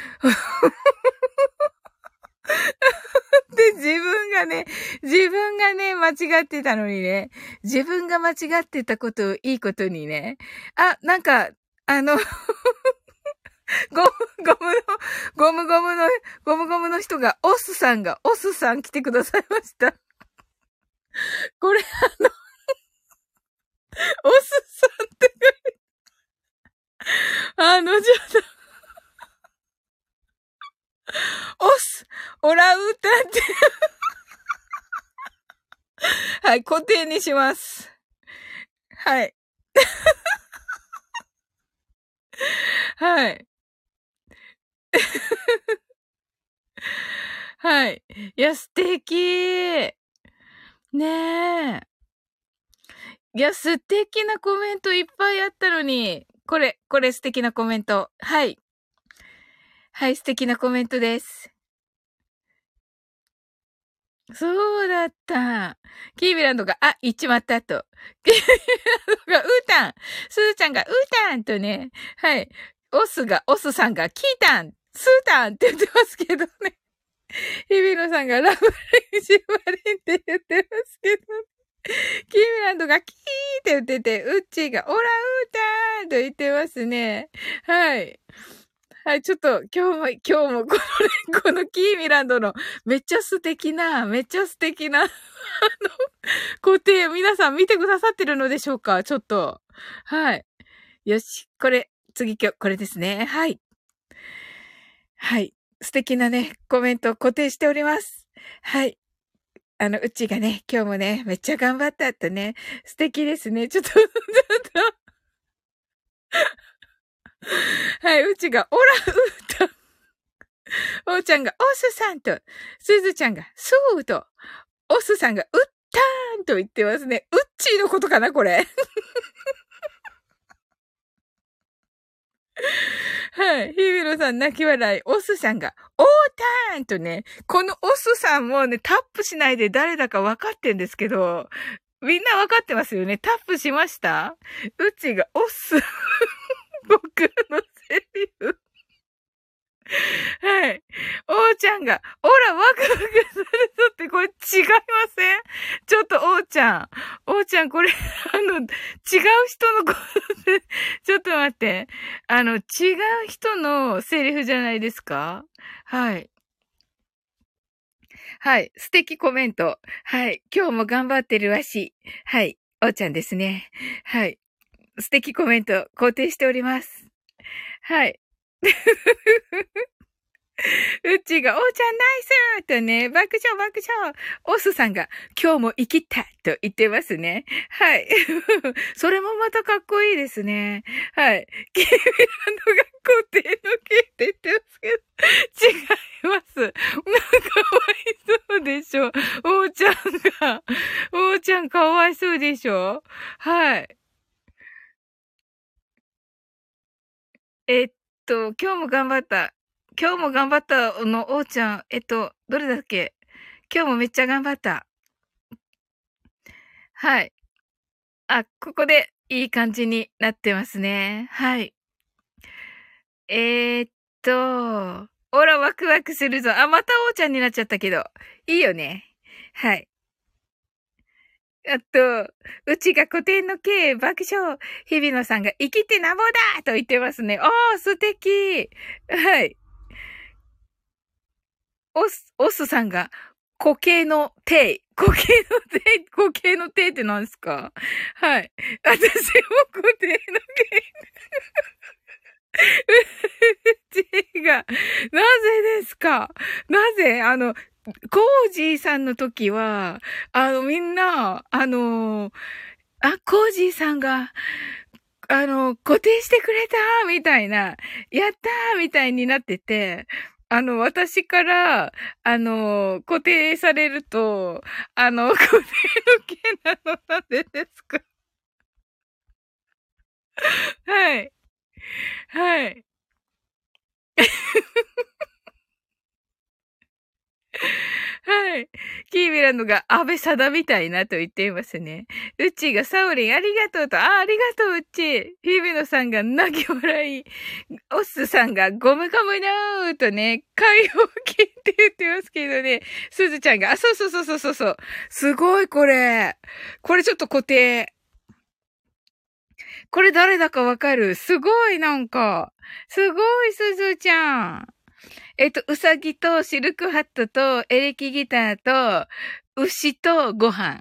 で、自分がね、間違ってたのにね。自分が間違ってたことをいいことにね。あ、なんか、ゴム、ゴムの、ゴムゴムの、ゴムゴムの人が、オスさん来てくださいました。これ、オスさんって、 ちょっと、オランウータンってはい、固定にします。はい。はい。はい。いや、素敵。ねえ。いや、素敵なコメントいっぱいあったのに。これ素敵なコメント。はい。はい、素敵なコメントです。そうだった。キービランドが、言っちまったと。キービランドが、ウータン。スーちゃんが、ウータンとね。はい。オスさんが、キータン、スータンって言ってますけどね。日比野さんが、ラブライジマリンって言ってますけど。キービランドが、キーって言ってて、ウッチーが、オラウータンと言ってますね。はい。はい、ちょっと、今日も、このキーミランドの、めっちゃ素敵な、固定、皆さん見てくださってるのでしょうか？ちょっと。はい。よし、これですね。はい。はい。素敵なね、コメント固定しております。はい。うちがね、今日もね、めっちゃ頑張ったってね、素敵ですね。ちょっと、はい、うちが、オラ、うーと、おーちゃんが、オスさんと、すずちゃんが、そうと、オスさんが、うったーんと言ってますね。うっちーのことかなこれ。はい。ヒビロさん泣き笑い。オスさんが、オーターンとね、このオスさんもね、タップしないで誰だか分かってんですけど、みんな分かってますよね。タップしました？うちがオス、僕のセリフ。はい。おーちゃんが、オラワクワクするぞってこれ違いません？ちょっとおーちゃん。おーちゃんこれ、違う人のことで、ちょっと待って。違う人のセリフじゃないですか？はい。はい。素敵コメント。はい。今日も頑張ってるわし。はい。おーちゃんですね。はい。素敵コメント、肯定しております。はい。うっちーが、おーちゃんナイスとね、爆笑爆笑。オスさんが、今日も生きたと言ってますね。はい。それもまたかっこいいですね。はい。キーミランドが固定の毛って言ってますけど、違います。なんかかわいそうでしょ。おーちゃんが、おーちゃんかわいそうでしょ。はい。えっ今日も頑張った。今日も頑張ったの、おーちゃん。どれだっけ？今日もめっちゃ頑張った。はい。ここでいい感じになってますね。はい。えーっオラワクワクするぞ。またおーちゃんになっちゃったけど。いいよね。はい。うちが古典の経営爆笑。日比野さんが生きてなんぼだと言ってますね。素敵。はい。オスさんが固形の定。固形の定って何ですか？はい。私も固定の定が、なぜですか？なぜコージーさんの時は、みんな、コージーさんが、固定してくれたみたいな、やったーみたいになってて、私から、固定されると、固定の件なのなんでですか？はい。はい。はい。キービランドが安倍貞みたいなと言っていますね。うっちーがサオリンありがとうと、ありがとううっちー。日比野さんが泣き笑い。オッスさんがゴムゴムのーとね、解放金って言ってますけどね。すずちゃんが、そう。すごいこれ。これちょっと固定。これ誰だかわかる？すごいなんか。すごいすずちゃん。うさぎとシルクハットとエレキギターと牛とご飯。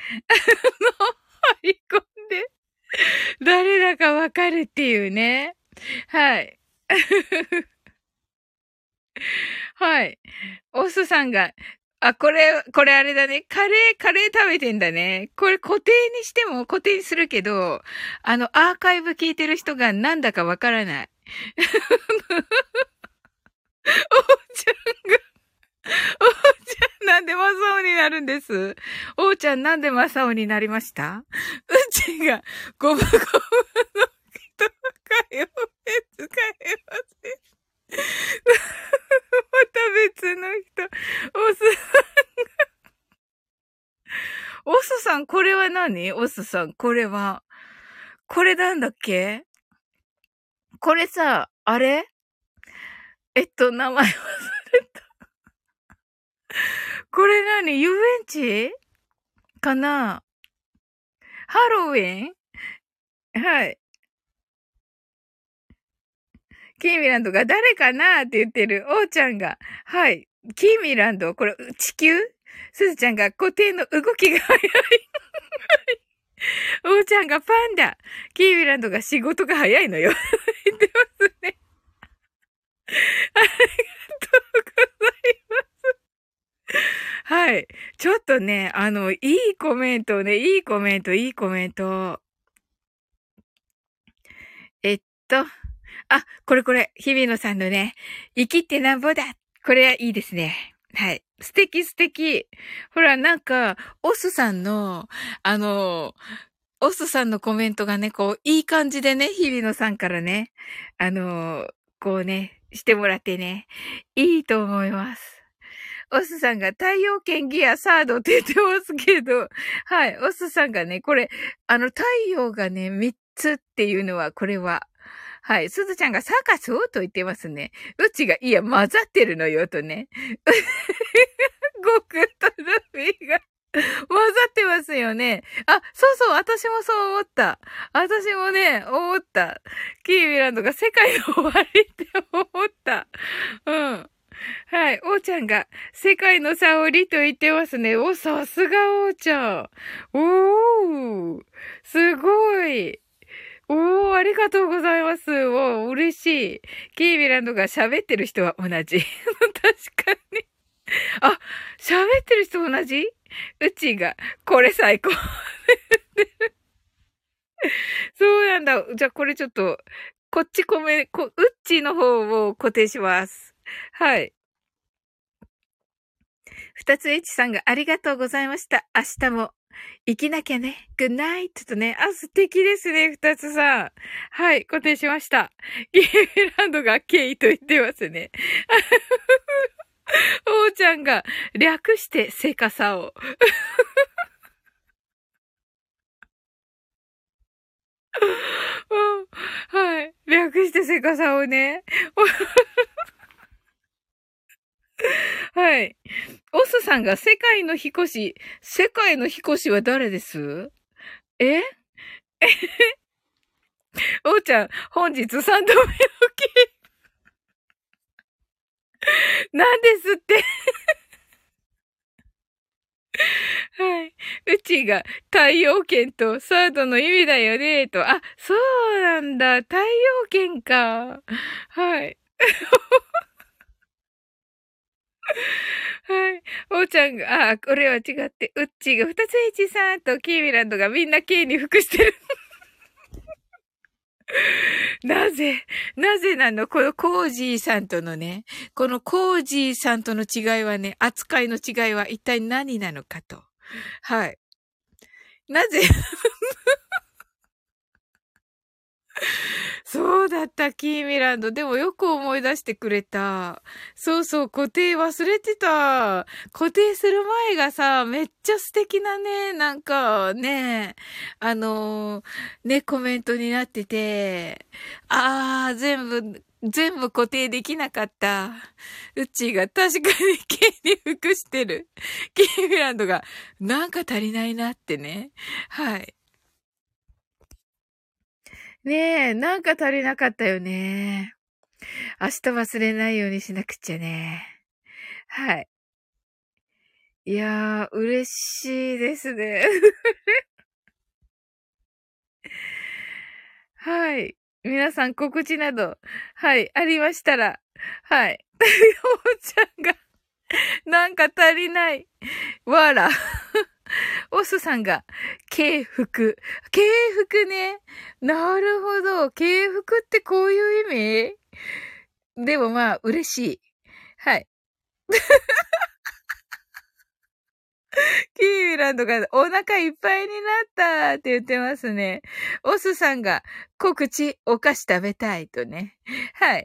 張り込んで、誰だかわかるっていうね。 はい。はい。オスさんが、あ、これあれだね。カレー食べてんだね。これ固定にしても固定にするけど、アーカイブ聞いてる人がなんだかわからない。おーちゃんが、おーちゃんなんでマサオになるんです。おーちゃんなんでマサオになりました？うちが、ゴムゴムの人かよ。使えません。また別の人。オス、オスさん、これは何？オスさん、これは。これなんだっけ？これさ、あれ？名前忘れた。これ何？遊園地かな？ハロウィン？はい。キーミランドが誰かなって言ってる。おーちゃんが。はい。キーミランド、これ、地球？すずちゃんが固定の動きが早い。おーちゃんがパンダ。キーミランドが仕事が早いのよ。言ってますね。ありがとうございます。はい。ちょっとね、いいコメントね、いいコメント、いいコメント。えっと、これ、日比野さんのね、生きってなんぼだ。これいいですね。はい。素敵素敵。ほら、なんか、オスさんの、あの、オスさんのコメントがね、こう、いい感じでね、日比野さんからね、あの、こうね、してもらってね、いいと思います。オスさんが太陽圏ギアサードって言ってますけど、はい、オスさんがね、これ、太陽がね、3つっていうのは、これは、はい、すずちゃんがサーカスと言ってますね。うちが、いや、混ざってるのよ、とね。ゴクとルフィが混ざってますよね。あ、そうそう、私もそう思った。私もね、思った。キーミランドが世界の終わりって思った。うん。はい。おーちゃんが、世界の沙織と言ってますね。お、さすがおーちゃん。おー。すごい。おー、ありがとうございます。おー、嬉しい。キーミランドが喋ってる人は同じ。確かに。あ、喋ってる人同じ？うちが、これ最高。そうなんだ。じゃあこれちょっと、こっちうっちの方を固定します。はい。二つ H さんがありがとうございました。明日も生きなきゃね。グッナイトとね。あ、素敵ですね。二つさん。はい、固定しました。ゲームランドがケイと言ってますね。おーちゃんが略してセカサを。はい。略してセカサをね。はい。オスさんが世界の引越しは誰です？えおーちゃん、本日3度目のなんですって。はい。うちが太陽圏とサードの意味だよね、と。あ、そうなんだ。太陽圏か。はい。はい。おーちゃんが、これは違って、うっちーが2つ H さんとキーミランドがみんな K に服してる。なぜ、なぜなの？このコージーさんとのね、このコージーさんとの違いはね、扱いの違いは一体何なのかと。はい。なぜ？そうだった、キーミランド。でもよく思い出してくれた。そうそう、固定忘れてた。固定する前がさ、めっちゃ素敵なね、なんかね、コメントになってて、全部固定できなかった。うちが確かに毛に服してる。キーミランドが、なんか足りないなってね。はい。ねえ、なんか足りなかったよね。明日忘れないようにしなくちゃね。はい。いやー、嬉しいですね。はい。 皆さん告知など、はい、ありましたら、はい。おーちゃんが、なんか足りない。わら。オスさんが、敬服。敬服ね。なるほど。敬服ってこういう意味でもまあ、嬉しい。はい。キーミランドがお腹いっぱいになったって言ってますね。オスさんが、告知、お菓子食べたいとね。はい。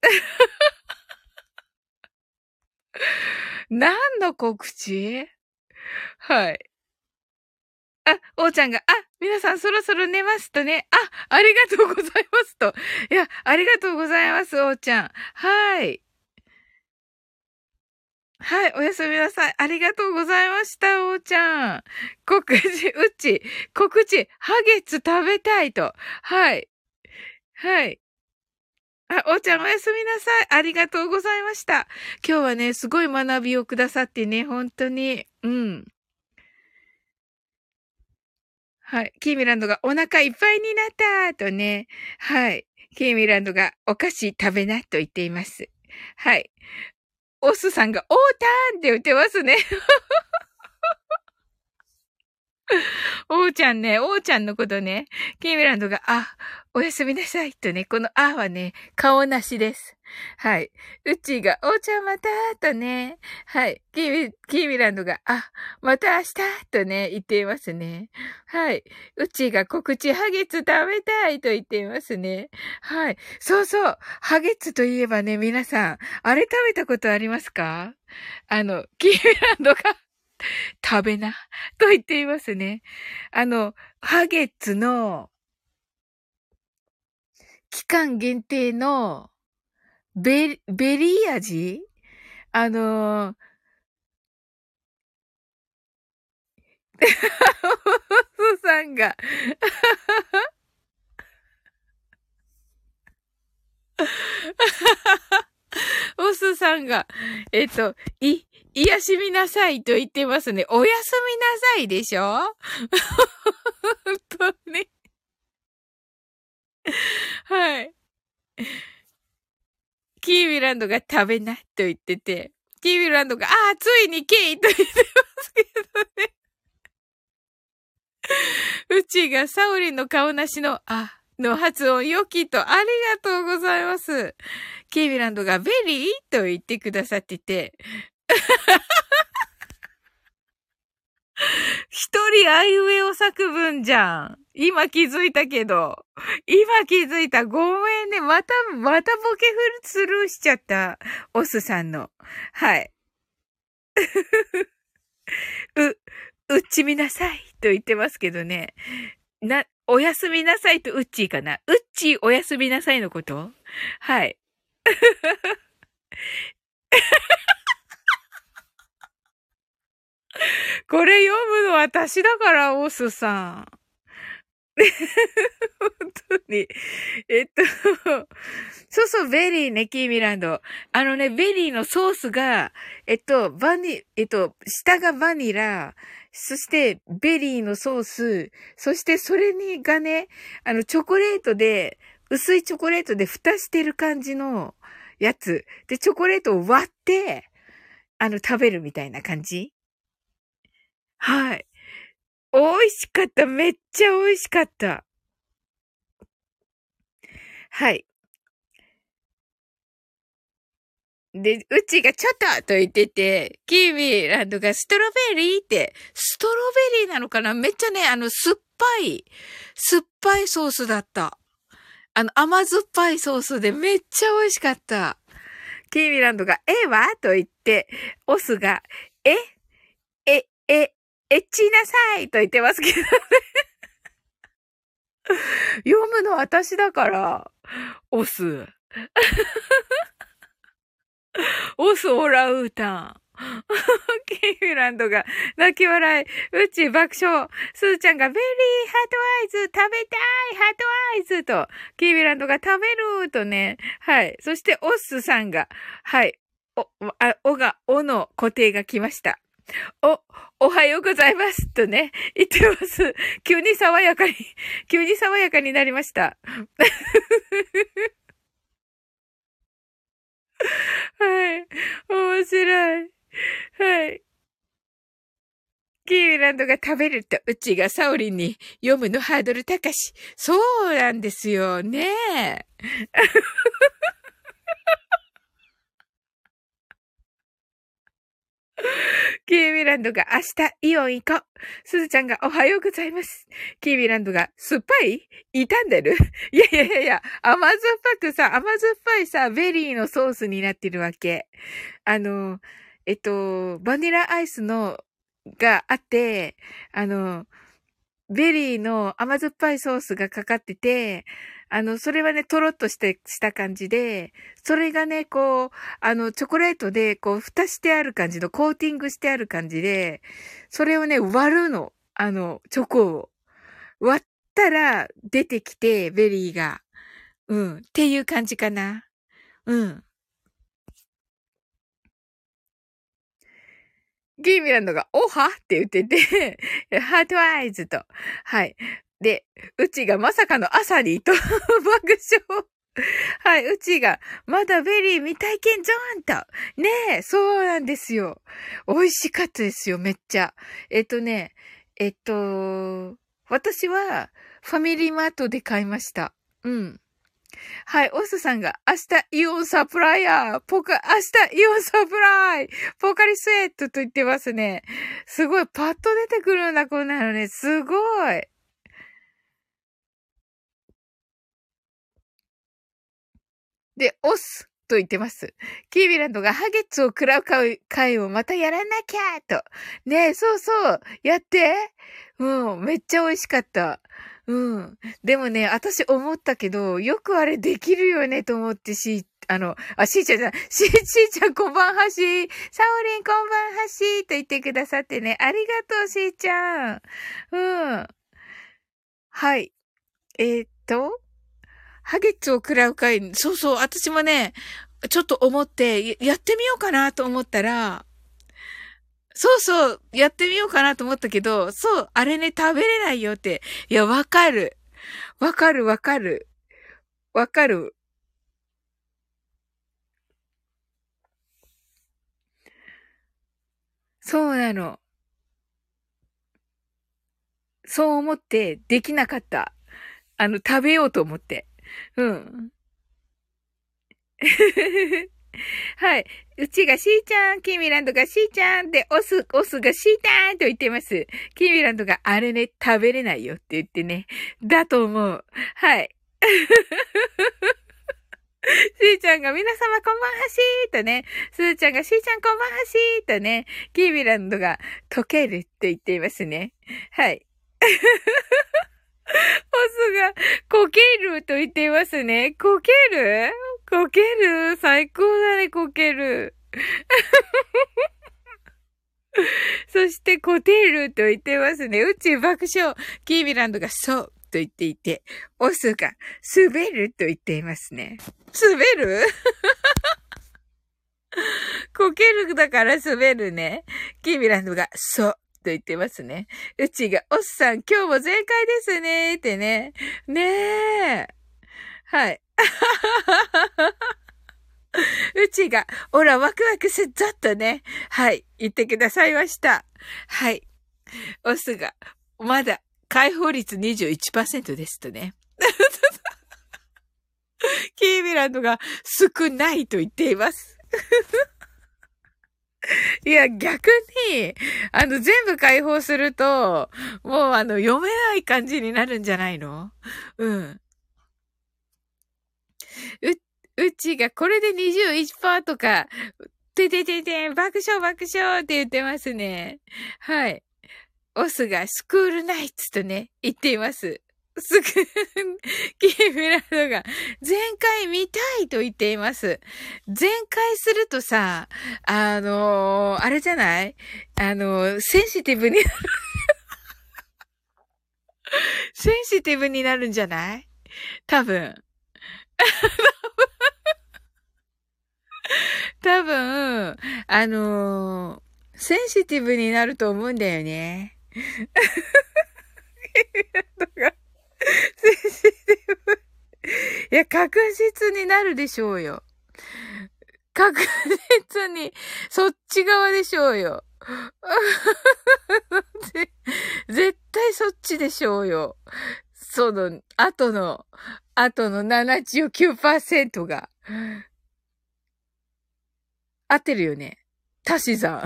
何の告知？はい。あ、おーちゃんが、皆さんそろそろ寝ますとね。ありがとうございますと。いや、ありがとうございます、おーちゃん。はい。はい、おやすみなさい。ありがとうございました、おーちゃん。告知、告知、ハゲツ食べたいと。はい。はい。おーちゃんおやすみなさい。ありがとうございました。今日はね、すごい学びをくださってね、本当に。うん。はい。キーミランドがお腹いっぱいになったとね。はい。キーミランドがお菓子食べなと言っています。はい。オスさんがおーたーんって言ってますね。おーちゃんね、おーちゃんのことね、キーミランドが、おやすみなさいとね、このはね、顔なしです。はい。うっちーが、おーちゃんまたーとね、はい。キーミランドが、また明日とね、言っていますね。はい。うっちーが告知ハゲツ食べたいと言っていますね。はい。そうそう。ハゲツといえばね、皆さん、あれ食べたことありますか？キーミランドが食べな、と言っていますね。ハゲッツの期間限定のベリー味あの、おさんがオスさんが、癒しみなさいと言ってますね。おやすみなさいでしょ？本当に。はい。キーミランドが食べなと言ってて、キーミランドが、ついにケイと言ってますけどね。うちがサオリンの顔なしの、の発音良きと、ありがとうございます。キーミランドがベリーと言ってくださってて、一人あいうえお作文じゃん。今気づいたけど。今気づいた。ごめんね。またボケスルーしちゃった。オスさんの。はい。うっちみなさいと言ってますけどね。おやすみなさいとうっちーかな。うっちーおやすみなさいのこと？はい。これ読むの私だから、オスさん。本当に。そうそう、ベリーね、キーミランド。ベリーのソースが、下がバニラ、そして、ベリーのソース、そして、それがね、チョコレートで、薄いチョコレートで蓋してる感じのやつ。で、チョコレートを割って、食べるみたいな感じ。はい。美味しかった。めっちゃ美味しかった。はい。で、うちがちょっとと言ってて、キーミランドがストロベリーって、ストロベリーなのかな？めっちゃね、酸っぱいソースだった。甘酸っぱいソースでめっちゃ美味しかった。キーミランドが、はと言って、オスが、え、エッチなさいと言ってますけどね。読むの私だから、オス。オスオラウータン。キーフランドが泣き笑い。うち爆笑。スーちゃんがベリーハートアイズ食べたいハートアイズと、キーフランドが食べるとね。はい。そしてオッスさんが、はい。おの固定が来ました。おおはようございますとね、言ってます。急に爽やかになりました。はい。面白い。はい。キーミランドが食べると、うちがサオリンに読むのハードル高し。そうなんですよね。キーミランドが明日イオン行こう。すずちゃんがおはようございます。キーミランドが酸っぱい傷んでるいやいやいやいや、甘酸っぱくさ、甘酸っぱいさ、ベリーのソースになってるわけ。あの、バニラアイスのがあって、ベリーの甘酸っぱいソースがかかってて、それはね、とろっとした感じで、それがね、こう、チョコレートで、こう、蓋してある感じの、コーティングしてある感じで、それをね、割るの。チョコを。割ったら、出てきて、ベリーが。うん。っていう感じかな。うん。ギーミランドが、おはって言ってて、ハートアイズと。はい。で、うちがまさかの朝にと、爆笑。はい、うちが、まだベリー未体験ゾーンと。ねえ、そうなんですよ。美味しかったですよ、めっちゃ。ね、えっと、私は、ファミリーマートで買いました。うん。はい、オスさんが、明日イオンサプライヤー、明日イオンサプライポカリスエットと言ってますね。すごい、パッと出てくるんだ、こんなのね。すごい。で、オスと言ってます。キービランドがハゲッツを食らう会をまたやらなきゃと。ねえ、そうそう。やって。うん、めっちゃ美味しかった。うん。でもね、私思ったけど、よくあれできるよねと思ってしーちゃんじゃん、しーちゃんこんばんはしー。サオリンこんばんはしーと言ってくださってね。ありがとう、しーちゃん。うん。はい。ハゲッツを食らう会、そうそう、私もね、ちょっと思って、やってみようかなと思ったら、そうそう、やってみようかなと思ったけど、そう、あれね、食べれないよって。いや、わかる。わかる、わかる。わかる。そうなの。そう思って、できなかった。食べようと思って。うん。はい。うちがしーちゃん、キーミランドがしーちゃんで、オスがしーたーんと言ってます。キーミランドがあれね、食べれないよって言ってね。だと思う。はい。しーちゃんが皆様こんばんはしーとね。すーちゃんがしーちゃんこんばんはしーとね。キーミランドが溶けるって言っていますね。はい。オスがこけると言っていますね。こけるこける最高だね、こける。そして、コテールと言ってますね。宇宙爆笑。キービランドがそうと言っていて、オスが滑ると言っていますね。滑るこけるだから滑るね。キービランドがそうと言ってますね。うちが、オスさん今日も全開ですねってね。ねえ。はい。うちが、おら、ワクワクすっぞっとね。はい。言ってくださいました。はい。オスが、まだ、解放率21%ですとね。キーミランドが少ないと言っています。いや、逆に、全部解放すると、もう読めない感じになるんじゃないの？うん。うちがこれで21%とか、爆笑爆笑って言ってますね。はい。オスがスクールナイツとね、言っています。キーミランドが全開見たいと言っています。全開するとさ、あれじゃない？センシティブに、センシティブになるんじゃない？多分。多分、 センシティブになると思うんだよね。とかセンシティブ。いや、確実になるでしょうよ。確実に、そっち側でしょうよ。絶対そっちでしょうよ。その、後の79%が。合ってるよね。足し算。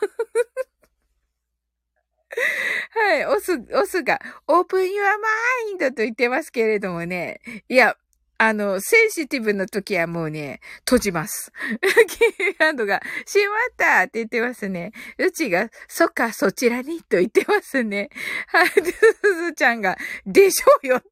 はい、オスが、オープン your mind と言ってますけれどもね。いや、センシティブな時はもうね、閉じます。キーランドが、しまったって言ってますね。うちが、そっか、そちらにと言ってますね。はい、すずちゃんが、でしょうよって。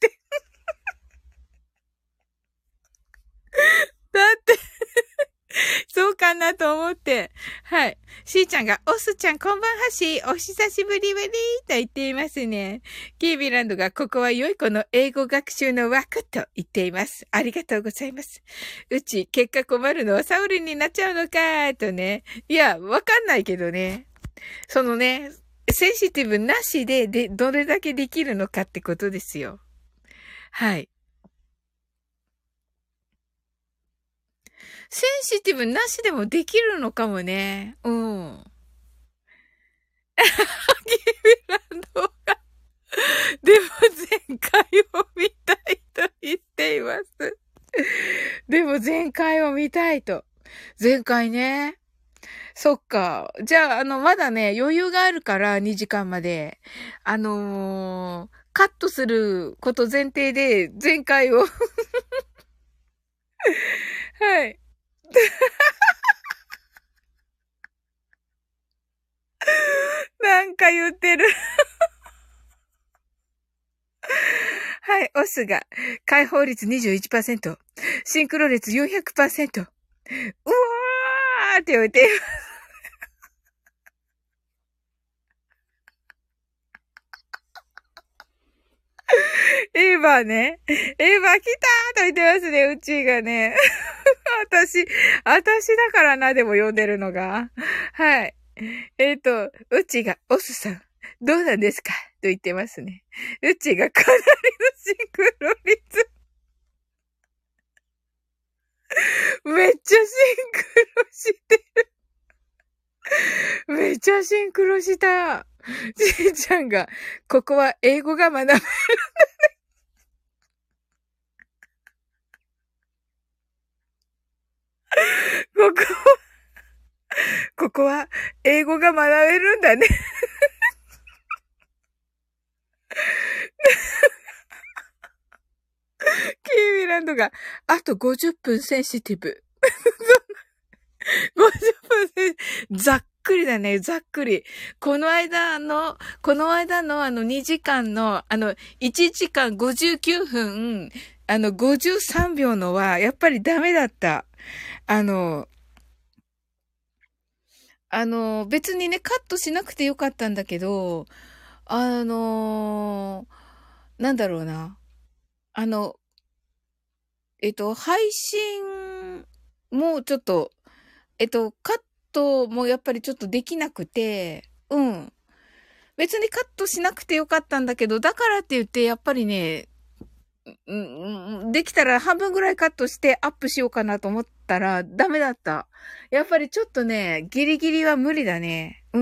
だってそうかなと思って。はい。しーちゃんが、オスちゃんこんばんはし、お久しぶりぶりと言っていますね。キービランドが、ここは良い子の英語学習の枠と言っています。ありがとうございます。うち、結果困るのはサウリンになっちゃうのかとね。いや、わかんないけどね。そのね、センシティブなしで、どれだけできるのかってことですよ。はい。センシティブなしでもできるのかもね。うん。キービランドが、でも前回を見たいと言っています。でも前回を見たいと。前回ね。そっか。じゃあ、まだね、余裕があるから2時間まで。カットすること前提で前回をはい。なんか言ってるはい、オスが、解放率21%、シンクロ率400%。うわーって言ってエヴァね。エヴァ来たーと言ってますね、うちがね。私だからな、でも読んでるのが。はい。うちが、オスさん、どうなんですかと言ってますね。うちがかなりのシンクロ率。めっちゃシンクロしてる。めっちゃシンクロした。じいちゃんが、ここは英語が学べる。ここ、ここは英語が学べるんだね。キーミランドが、あと50分センシティブ。50分ざっくりだね、ざっくり。この間の2時間の、1時間59分、53秒のは、やっぱりダメだった。あの、別にね、カットしなくてよかったんだけど、なんだろうな。あの、配信もちょっと、カットもやっぱりちょっとできなくて、うん。別にカットしなくてよかったんだけど、だからって言って、やっぱりね、できたら半分ぐらいカットしてアップしようかなと思ったらダメだった。やっぱりちょっとね、ギリギリは無理だね。うん。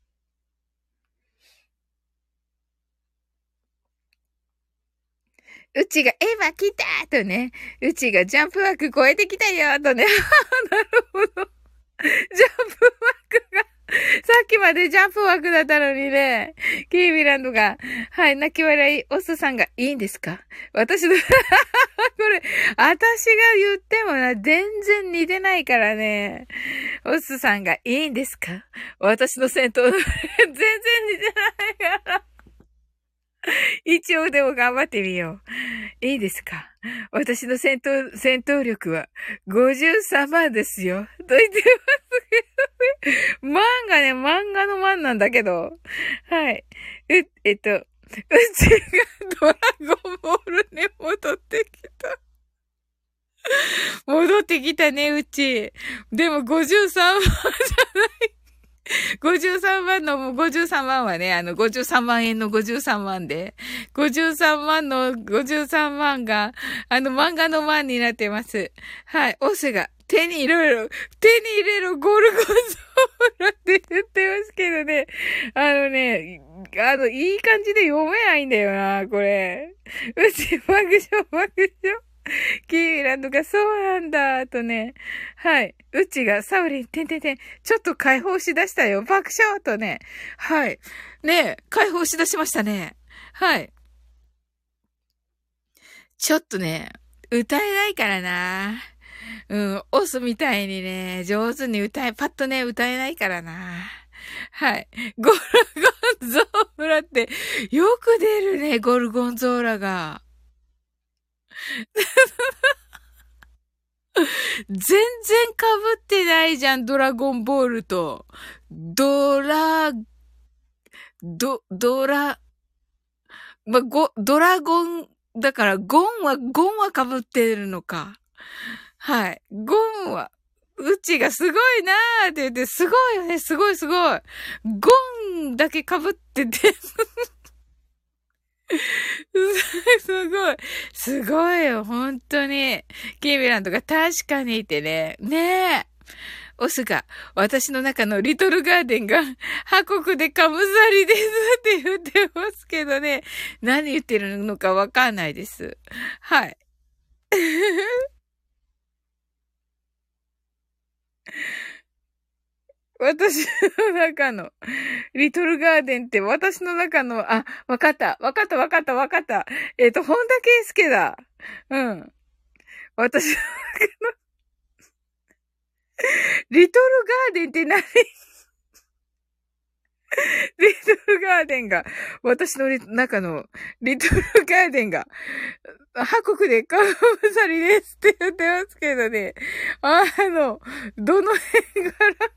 うちがエヴァ来たとね、うちがジャンプ枠超えてきたよとね。なるほど。ジャンプ枠が、さっきまでジャンプ枠だったのにね、キービランドが、はい、泣き笑い、オスさんがいいんですか私のこれ、私が言ってもな、全然似てないからね。オスさんがいいんですか私の戦闘、全然似てないから。一応でも頑張ってみよう。いいですか私の戦闘力は53万ですよ。と言ってますけどね。漫画の漫なんだけど。はい。うちがドラゴンボールに戻ってきた。戻ってきたね、うち。でも53万じゃない。 53万の、もう53万はね、53万円の53万で、53万の53万が、漫画の万になってます。はい。オスが、手に入れろ、ゴルゴンゾーラって言ってますけどね。いい感じで読めないんだよな、これ。うち、爆笑。キーミランドがそうなんだ、とね。はい。うちがサウリン、ちょっと解放しだしたよ。爆笑とね。はい。ね解放しだしましたね。はい。ちょっとね、歌えないからな。うん、オスみたいにね、上手にパッとね、歌えないからな。はい。ゴルゴンゾーラって、よく出るね、ゴルゴンゾーラが。全然被ってないじゃん、ドラゴンボールと。ドラ、ドラゴン、だからゴンは被ってるのか。はい。ゴンは、うちがすごいなーって言って、すごいよね、すごい。ゴンだけ被っててすごいよ、本当に。キーミランドが確かにいてね。ねえ。オスが、私の中のリトルガーデンが、破国でカムザリですって言ってますけどね。何言ってるのかわかんないです。はい。私の中の、リトルガーデンって私の中の、わかった。本田圭佑だ。うん。私のリトルガーデンって何？リトルガーデンが、私の中のリトルガーデンが、破国でカムサリですって言ってますけどね。どの辺から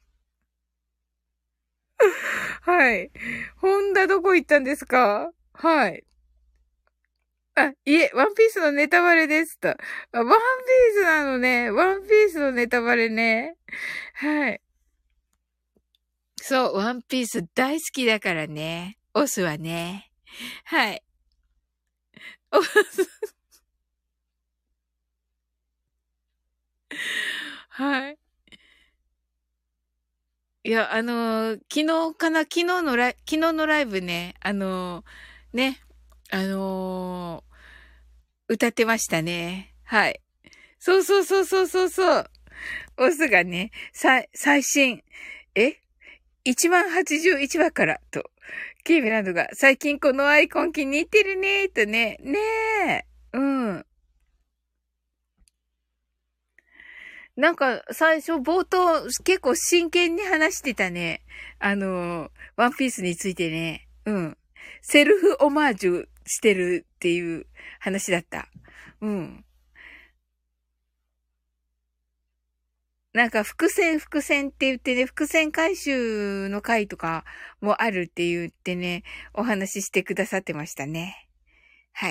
はい。ホンダどこ行ったんですか？はい。いえ、ワンピースのネタバレですと。ワンピースなのね。ワンピースのネタバレね。はい。そう、ワンピース大好きだからね。オスはね。はい。オス、はい。いや、昨日のライブね、ね、あの歌ってましたね。はい。そう。オスがね、最新、え ?1081 話からと。キーブランドが最近このアイコン気に入ってるねとね。ねえ。うん。なんか最初冒頭結構真剣に話してたね。ワンピースについてね。うん。セルフオマージュしてるっていう話だった。うん。なんか伏線って言ってね、伏線回収の回とかもあるって言ってね、お話ししてくださってましたね。はい。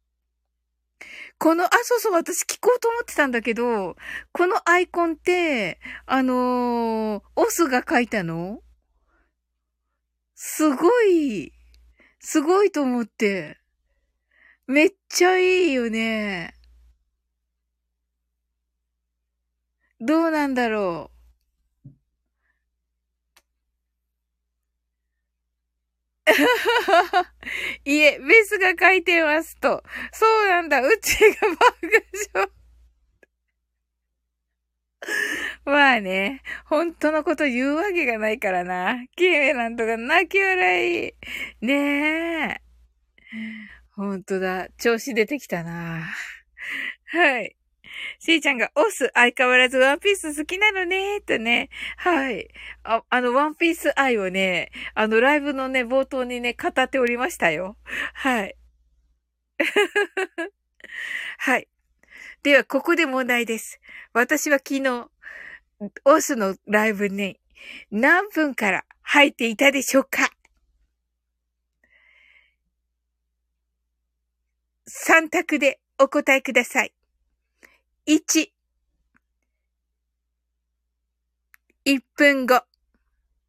そう、私聞こうと思ってたんだけど、このアイコンって、オスが書いたの？すごい、すごいと思って。めっちゃいいよね。どうなんだろう。いえ、ベスが書いてますと。そうなんだ。うちが爆笑。まあね、本当のこと言うわけがないからな。キーメランとか泣き笑い。ねえ。本当だ。調子出てきたな。はい。しーちゃんが、オス、相変わらずワンピース好きなのね、とね。はい。ワンピース愛をね、ライブのね、冒頭にね、語っておりましたよ。はい。はい。では、ここで問題です。私は昨日、オスのライブに何分から入っていたでしょうか？ 3 択でお答えください。1、1分後。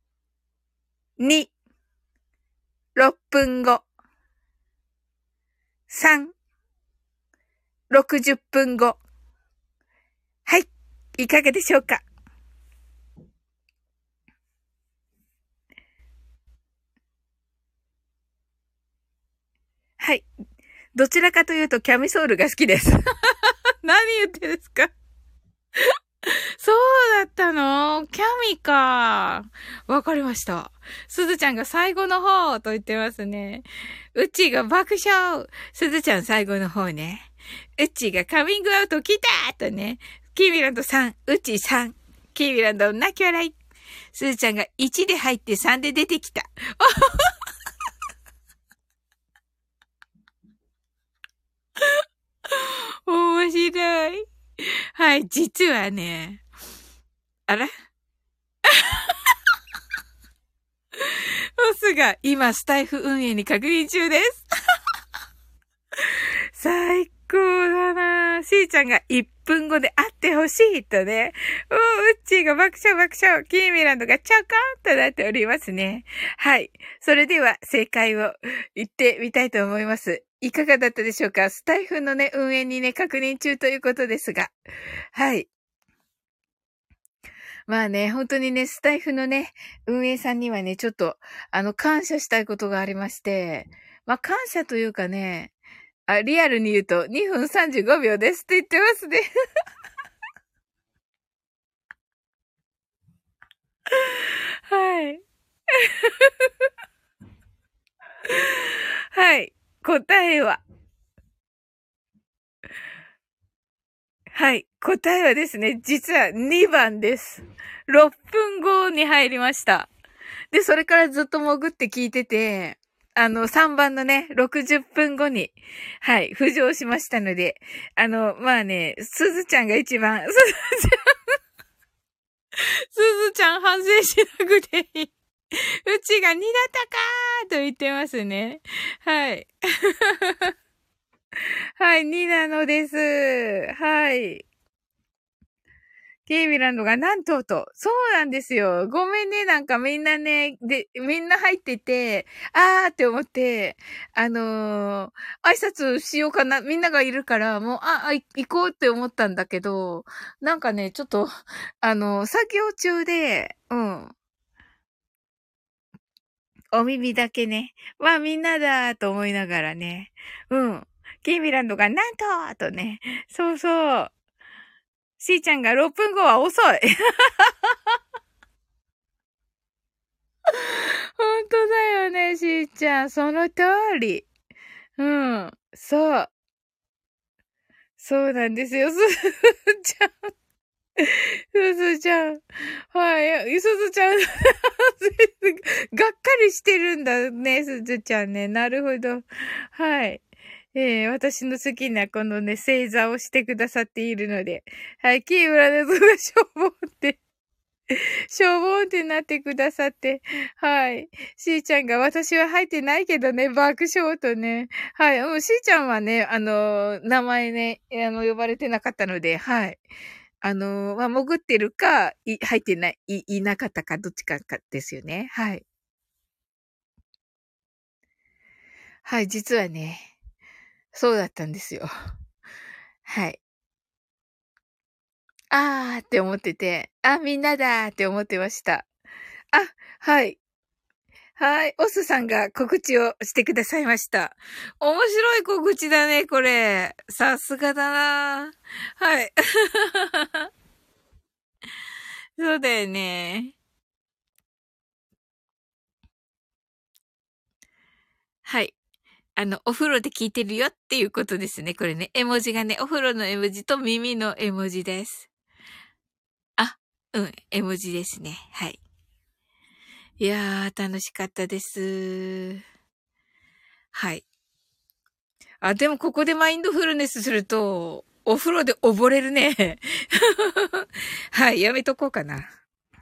2、6分後。3、60分後。はい。いかがでしょうか？はい。どちらかというとキャミソールが好きです。何言ってるんですか？そうだったの？キャミか。わかりました。すずちゃんが最後の方と言ってますね。うちが爆笑。すずちゃん最後の方ね。うちがカミングアウト来たとね。キーミランド3、うち3。キーミランド泣き笑い。すずちゃんが1で入って3で出てきた。面白い。はい、実はね。あらボスが今スタイフ運営に確認中です。最高だな。しーちゃんが1分後で会ってほしいとね。うっちーが爆笑爆笑。キーミランドがチャカーンとなっておりますね。はい。それでは正解を言ってみたいと思います。いかがだったでしょうか？スタイフのね、運営にね、確認中ということですが。はい。まあね、本当にね、スタイフのね、運営さんにはね、ちょっと、感謝したいことがありまして、まあ感謝というかね、リアルに言うと2分35秒ですって言ってますね。はい。はい。答えは、はい。答えはですね、実は2番です。6分後に入りました。で、それからずっと潜って聞いてて、3番のね、60分後に、はい、浮上しましたので、まあね、すずちゃんが一番、すずちゃん反省しなくていい。うちが2だったかーと言ってますね。はい。はい、2なのです。はい。ケイミランドがなんと、そうなんですよ。ごめんね、なんかみんなね、で、みんな入ってて、あーって思って、挨拶しようかな、みんながいるから、もう、行こうって思ったんだけど、なんかね、ちょっと、作業中で、うん、お耳だけね、わあ、みんなだと思いながらね、うん。ケイミランドがなんとね、そうそう。しーちゃんが6分後は遅い。本当だよね、しーちゃん。その通り。うん。そう。そうなんですよ。すずちゃん。すずちゃん。はい。すずちゃん。がっかりしてるんだね、すずちゃんね。なるほど。はい。私の好きなこのね、星座をしてくださっているので。はい。キームラネズがしょぼってしょぼーんってなってくださって。はい。しーちゃんが私は入ってないけどね、爆笑とね。はい。しーちゃんはね、名前ね、呼ばれてなかったので、はい。まあ、潜ってるか、入ってない、いなかったか、どっちかですよね。はい。はい、実はね、そうだったんですよ。はい。あーって思ってて、みんなだーって思ってました。あ、はい。はい。オスさんが告知をしてくださいました。面白い告知だね、これ。さすがだな。はい。そうだよね。はい。お風呂で聞いてるよっていうことですね。これね。絵文字がね、お風呂の絵文字と耳の絵文字です。あ、うん、絵文字ですね。はい。いやー、楽しかったです。はい。でもここでマインドフルネスすると、お風呂で溺れるね。はい、やめとこうかな。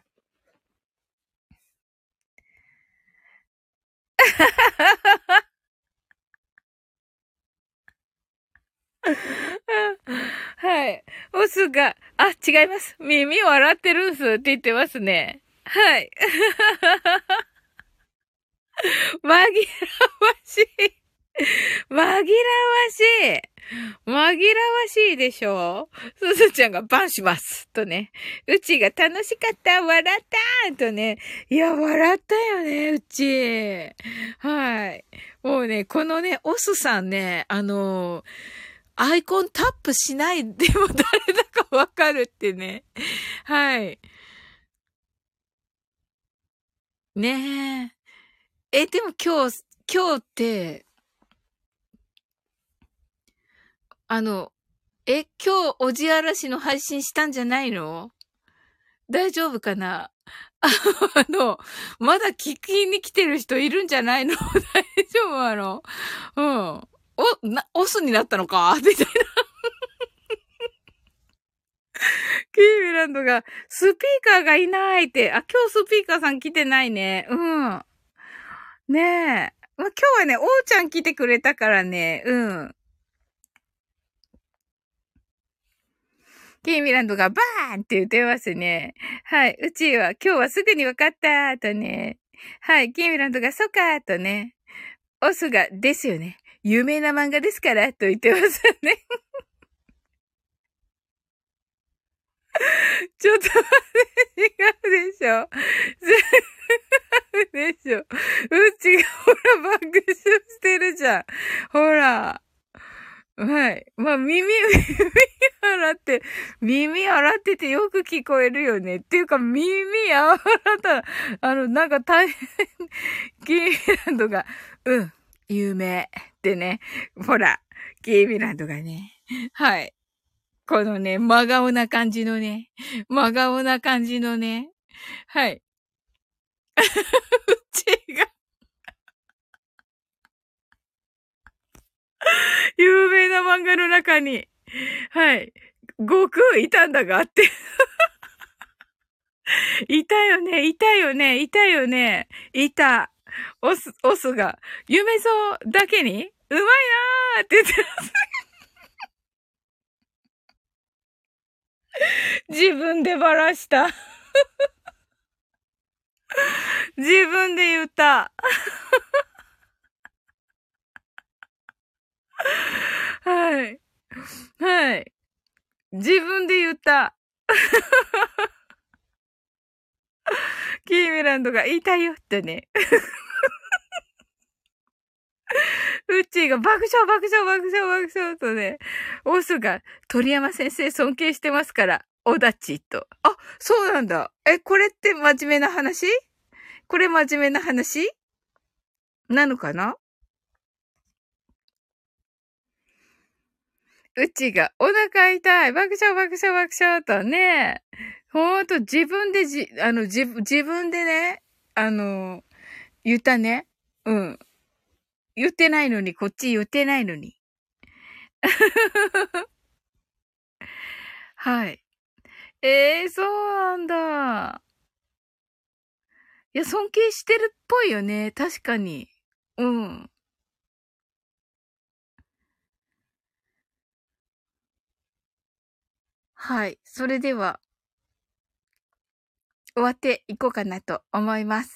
はい。オスが、違います。耳を洗ってるんすって言ってますね。はい。 紛らわしい。紛らわしい。紛らわしいでしょ。すずちゃんがバンします。とね。うちが楽しかった。笑ったとね。いや、笑ったよね、うち。はい。もうね、このね、オスさんね、アイコンタップしないでも誰だかわかるってね。はい。ねえ。でも今日って、あの、今日、おじあらしの配信したんじゃないの？大丈夫かな？あの、まだ聞きに来てる人いるんじゃないの？大丈夫うん。オスになったのかみたいな。キーミランドが、スピーカーがいないって。あ、今日スピーカーさん来てないね。うん。ねえ。まあ、今日はね、おうちゃん来てくれたからね。うん。キーミランドがバーンって言ってますね。はい。うちは今日はすぐに分かったとね。はい。キーミランドがそっかとね。オスがですよね。有名な漫画ですからと言ってますね。ちょっと待って、違うでしょ。違うでしょ。うちがほら爆笑してるじゃん。ほら。はい。まあ、耳洗っててよく聞こえるよね。っていうか、耳洗ったら、なんか大変、キーミランドが、うん、有名ってね。ほら、キーミランドがね。はい。このね、真顔な感じのね。真顔な感じのね。はい。うちが、有名な漫画の中に、はい。悟空いたんだがあって。いたよね、いたよね、いたよね。いた。オスが、夢そうだけに、うまいなーって言ってます。自分でばらした。自分で言った。はい。はい。自分で言った。キーミランドが言いたいよってね。うっちーが爆笑爆笑爆笑爆笑とね、オスが鳥山先生尊敬してますから、オダチと。あ、そうなんだ。これって真面目な話？これ真面目な話なのかな？うちがお腹痛い。爆笑爆笑爆笑とね。ほんと自分で自分でね、言ったね。うん。言ってないのに、こっち言ってないのに。はい。そうなんだ。いや、尊敬してるっぽいよね。確かに。うん。はい。それでは、終わっていこうかなと思います。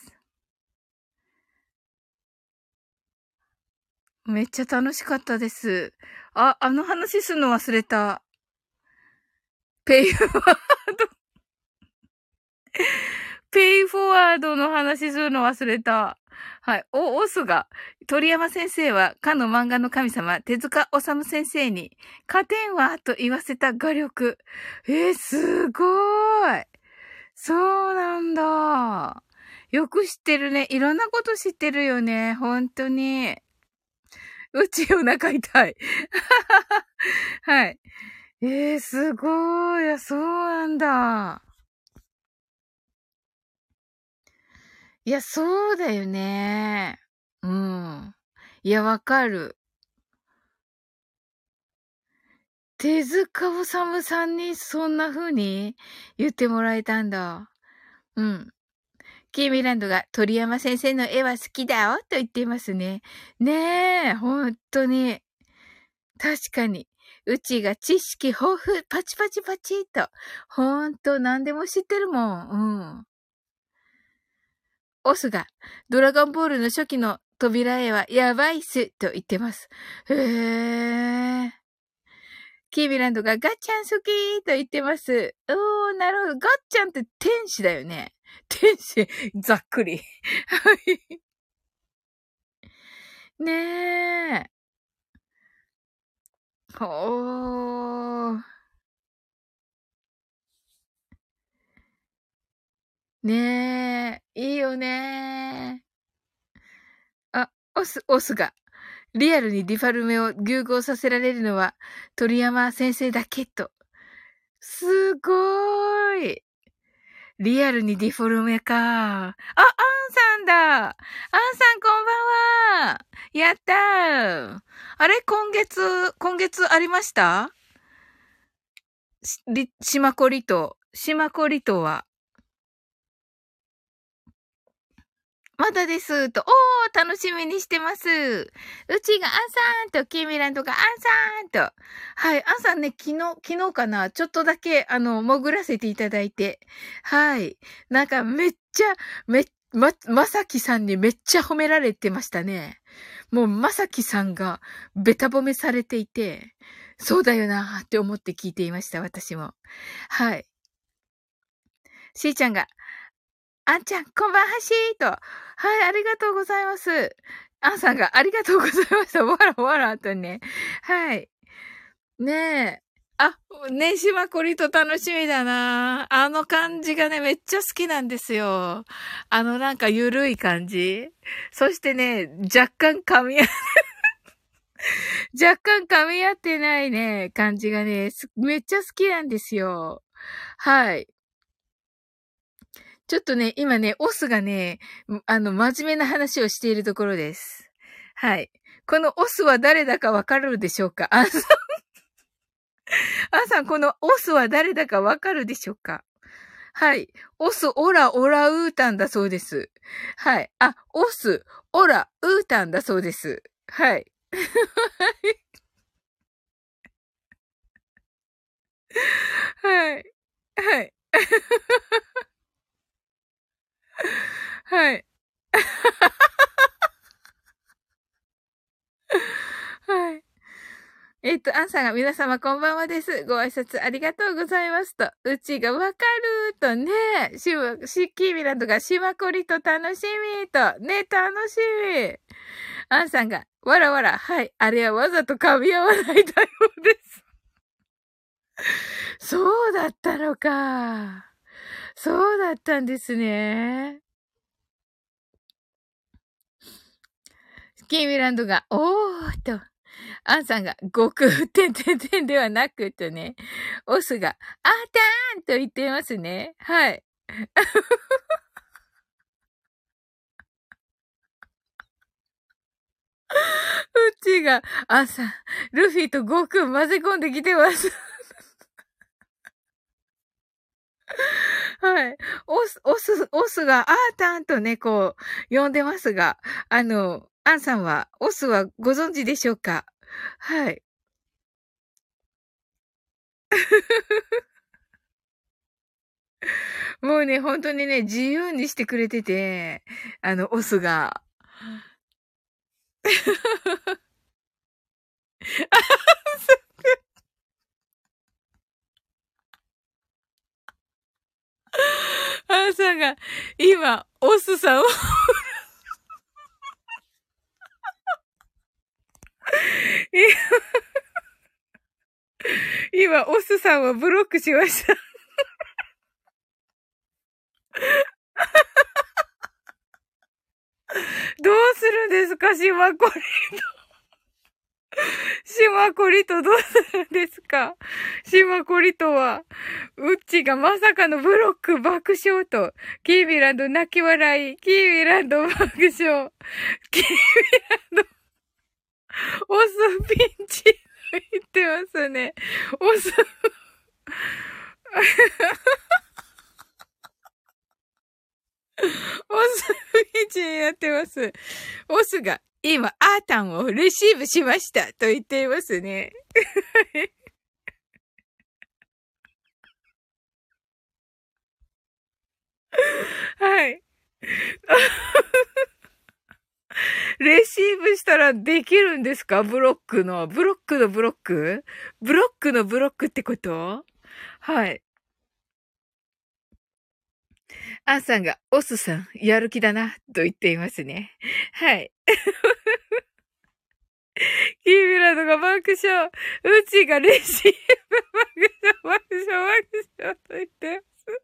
めっちゃ楽しかったです。あの話するの忘れた。ペイフォワード、ペイフォワードの話するの忘れた。はい。オスが、鳥山先生は、かの漫画の神様、手塚治虫先生に、勝てんわ、と言わせた画力。すごーい。そうなんだ。よく知ってるね。いろんなこと知ってるよね。本当に。うちお腹痛い。はい。すごい。そうなんだ。いや、そうだよね。うん。いや、わかる。手塚治虫さんにそんな風に言ってもらえたんだ。うん。キーミランドが鳥山先生の絵は好きだよと言っていますね。ねえ、本当に。確かに。うちが知識豊富、パチパチパチと。ほんと、何でも知ってるもん。うん。オスが、ドラゴンボールの初期の扉絵はやばいっすと言ってます。へー。キービランドがガッチャン好きと言ってます。おー、なるほど。ガッチャンって天使だよね。天使、ざっくり。はい。ねえ。ほー。ねえ。いいよね。あ、オスが。リアルにディファルメを融合させられるのは鳥山先生だけと。すごーい。リアルにディフォルメか。あ、アンさんだ。アンさんこんばんは。やったー。あれ今月ありましたしまこりと。しまこりとは。まだです。と。おー、楽しみにしてます。うちがアンさんと、キーミランドがアンさんと。はい、アンさんね、昨日かな、ちょっとだけ、潜らせていただいて。はい。なんか、めっちゃ、まさきさんにめっちゃ褒められてましたね。もう、まさきさんが、ベタ褒めされていて、そうだよなーって思って聞いていました、私も。はい。しーちゃんが、あんちゃん、こんばんはしーと。はい、ありがとうございます。あんさんがありがとうございました。わらわらとね。はい。ねえ。あ、ねしまこりと楽しみだな。あの感じがね、めっちゃ好きなんですよ。なんかゆるい感じ。そしてね、若干噛み合ってないね、感じがね、めっちゃ好きなんですよ。はい。ちょっとね、今ね、オスがね、真面目な話をしているところです。はい。このオスは誰だかわかるでしょうか？アンさん、このオスは誰だかわかるでしょうか？はい。オス、オラ、オラ、ウータンだそうです。はい。あ、オス、オラ、ウータンだそうです。はい。はい。はい。はい。はい。アンさんが皆様こんばんはです。ご挨拶ありがとうございますと。うちがわかるとね、キーミランドがしまこりと楽しみと、ね、楽しみ。アンさんが、わらわら、はい、あれはわざと噛み合わない対応です。そうだったのか。そうだったんですね。キーミランドが、おーと。アンさんが、悟空、てんてんてんではなくとね、オスが、あーたーんと言っていますね。はい。うちが、アンさん、ルフィと悟空混ぜ込んできてます。はい。オスが、あーたんとね、こう、呼んでますが、アンさんは、オスはご存知でしょうか？はい。もうね、本当にね、自由にしてくれてて、オスが。アンさんが、今、オスさんを今、オスさんをブロックしました。どうするんですか、島こり。島こりとどうするんですか？島こりとは、うっちがまさかのブロック爆笑と、キービランド泣き笑い、キービランド爆笑、キービランド、オスピンチ、言ってますね。オス、オスピンチになってます。オスが、今、アータンをレシーブしましたと言っていますね。はい。 レシーブしたらできるんですか？ブロックの。ブロックのブロックブロックのブロックってこと？はい。アンさんが、オスさん、やる気だな、と言っていますね。はい。キーミランドが爆笑。うちがレシーブ爆笑と言って。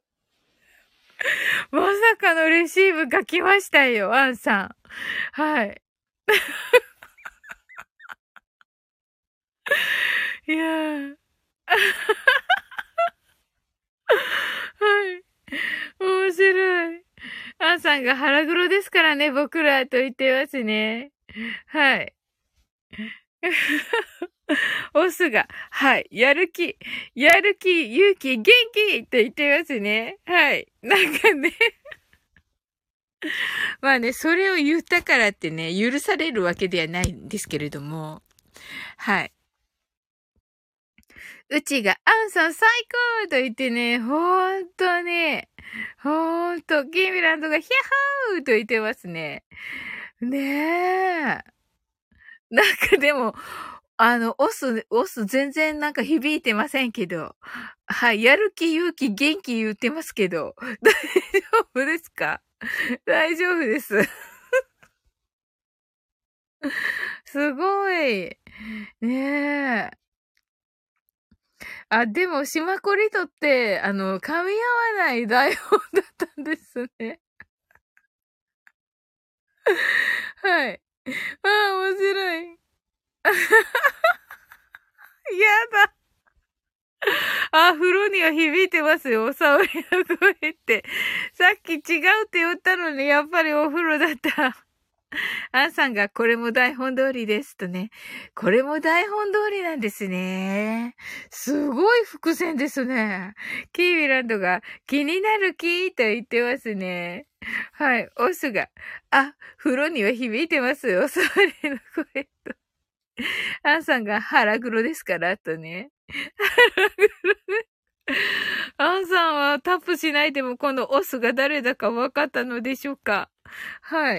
まさかのレシーブが来ましたよ、アンさん。はい。いやー。はい。面白い。アンさんが腹黒ですからね、僕らと言ってますね。はい。オスが、はい、やる気、勇気、元気って言ってますね。はい。なんかね、まあね、それを言ったからってね、許されるわけではないんですけれども、はい。うちが、アンさん最高と言ってね、ほんと、キーミランドがヒャッホーと言ってますね。ねえ。なんかでも、オス全然なんか響いてませんけど。はい、やる気、勇気、元気言ってますけど。大丈夫ですか？大丈夫です。すごい。ねえ。あ、でも、島コリトって、噛み合わない台本だったんですね。はい。ああ、面白い。やだ。あ、風呂には響いてますよ。お沙織の声って。さっき違うって言ったのに、やっぱりお風呂だった。アンさんがこれも台本通りですとね。これも台本通りなんですね。すごい伏線ですね。キーウィランドが気になるキーと言ってますね。はい。オスが、あ、風呂には響いてますよ。それの声と。アンさんが腹黒ですから、とね。腹黒アンさんはタップしないでもこのオスが誰だか分かったのでしょうか？はい。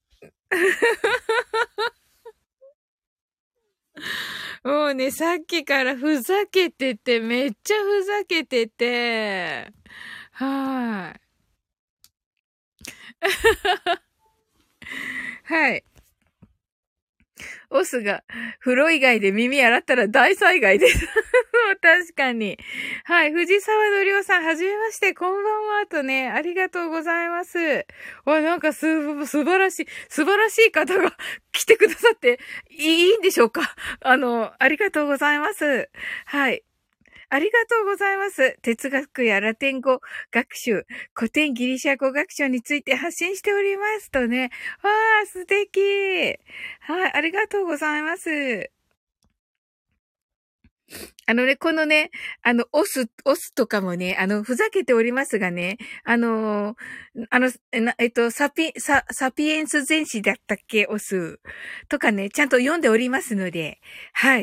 もうね、さっきからふざけてて、めっちゃふざけてて、はい。はい。オスが、風呂以外で耳洗ったら大災害です。確かに。はい。藤沢のりょうさん、はじめまして、こんばんは、とね、ありがとうございます。なんか素晴らしい、素晴らしい方が来てくださって、いいんでしょうか？ありがとうございます。はい。ありがとうございます。哲学やラテン語学習、古典ギリシャ語学習について発信しておりますとね。わー、素敵。はい、ありがとうございます。このね、オスとかもね、ふざけておりますがね、サピエンス全史だったっけ、オスとかね、ちゃんと読んでおりますので、はい。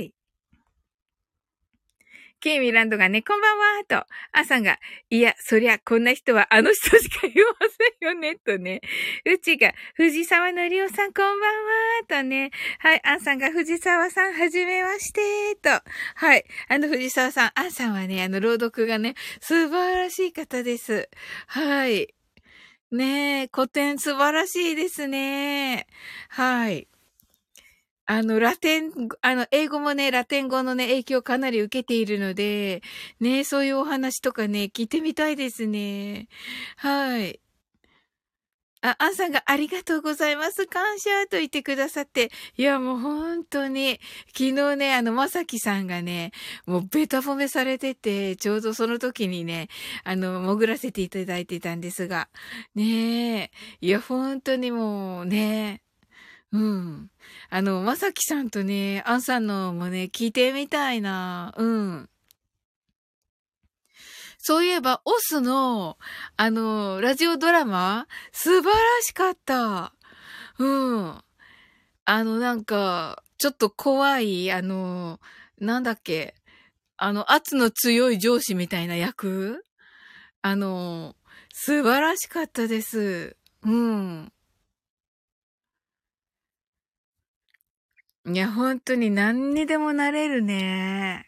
ケイミランドがね、こんばんはと、アさんが、いや、そりゃ、こんな人はあの人しか言いませんよね、とね。うちが、藤沢のりおさん、こんばんは、とね。はい、アンさんが、藤沢さん、はじめまして、と。はい、藤沢さん、アンさんはね、朗読がね、素晴らしい方です。はい。ねえ、古典素晴らしいですね。はい。ラテン、英語もね、ラテン語のね、影響かなり受けているので、ね、そういうお話とかね、聞いてみたいですね。はい。アンさんがありがとうございます。感謝と言ってくださって。いや、もう本当に、昨日ね、まさきさんがね、もうベタ褒めされてて、ちょうどその時にね、潜らせていただいてたんですが、ねえ、いや、本当にもうね、うん。まさきさんとね、アンさんのもね、聞いてみたいな。うん。そういえば、オスの、ラジオドラマ、素晴らしかった。うん。なんか、ちょっと怖い、なんだっけ、圧の強い上司みたいな役あの、素晴らしかったです。うん。 いや、本当に何にでもなれるね。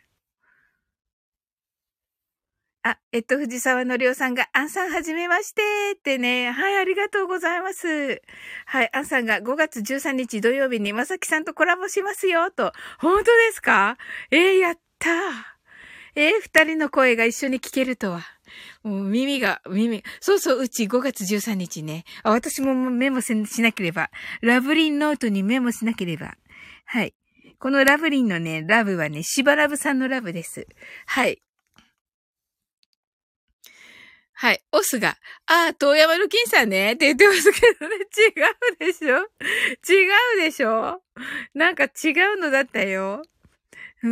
あ、藤沢のりおさんが、アンさんはじめましてってね。はい、ありがとうございます。はい、アンさんが5月13日土曜日にまさきさんとコラボしますよ、と。本当ですか？やったー。二人の声が一緒に聞けるとは。もうそうそう、うち5月13日ね。あ、私もメモしなければ。ラブリンノートにメモしなければ。はい。このラブリンのね、ラブはね、しばラブさんのラブです。はい。はい。オスが、遠山の金さんねって言ってますけどね。違うでしょ？違うでしょ？なんか違うのだったよ。うん。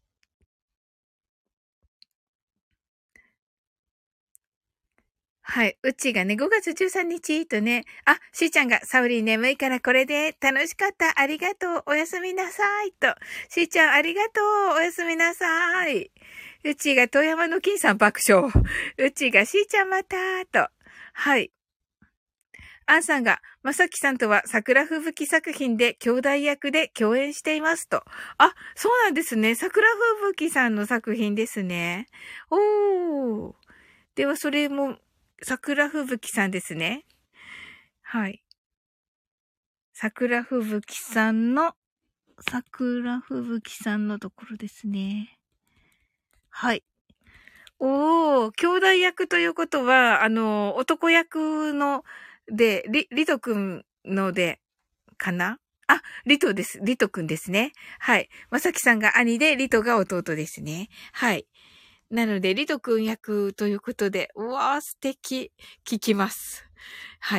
はい。うちがね、5月13日とね、しーちゃんが、サウリー眠いからこれで、楽しかった、ありがとう、おやすみなさい、と。しーちゃんありがとう、おやすみなさい。うちが遠山の金さん爆笑。うちがしーちゃんまた、と。はい。アンさんが、まさきさんとは桜吹雪作品で兄弟役で共演していますと。あ、そうなんですね。桜吹雪さんの作品ですね。おー。では、それも、桜吹雪さんですね。はい。桜吹雪さんの、桜吹雪さんのところですね。はい。おー、兄弟役ということは、男役ので、リトくんので、かな？リトです。リトくんですね。はい。まさきさんが兄で、リトが弟ですね。はい。なので、リトくん役ということで、うわー、素敵。聞きます。はい。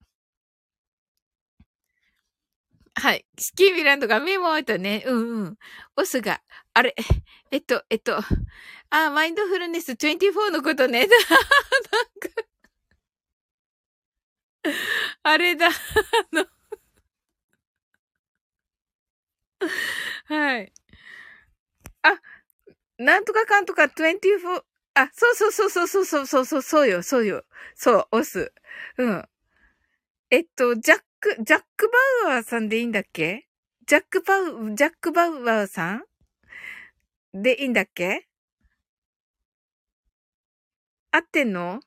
はい。スキーミランドがメモとね、うんうん。オスが、あれ、えっと、えっと、マインドフルネス24のことね。なんか、あれだ。はい。あ、なんとかかんとか24、そうそうそうそうそうそうそうそうそうよ、そうよ。そう、オス。うん。ジャック・バウアーさんでいいんだっけ？ジャック・バウアーさんでいいんだっけ？合ってんの？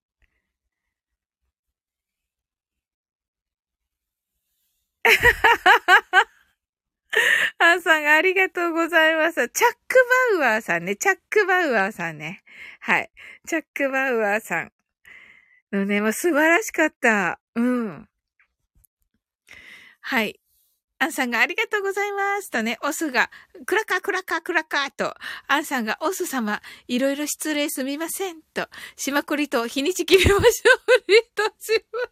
アンさんがありがとうございます。チャック・バウアーさんね。チャック・バウアーさんね。はい。チャック・バウアーさんのね、もう素晴らしかった。うん。はい。アンさんがありがとうございますとね、オスが、クラカクラカクラカと、アンさんがオス様、いろいろ失礼すみませんと、島こりと日にち決めましょう。リートします。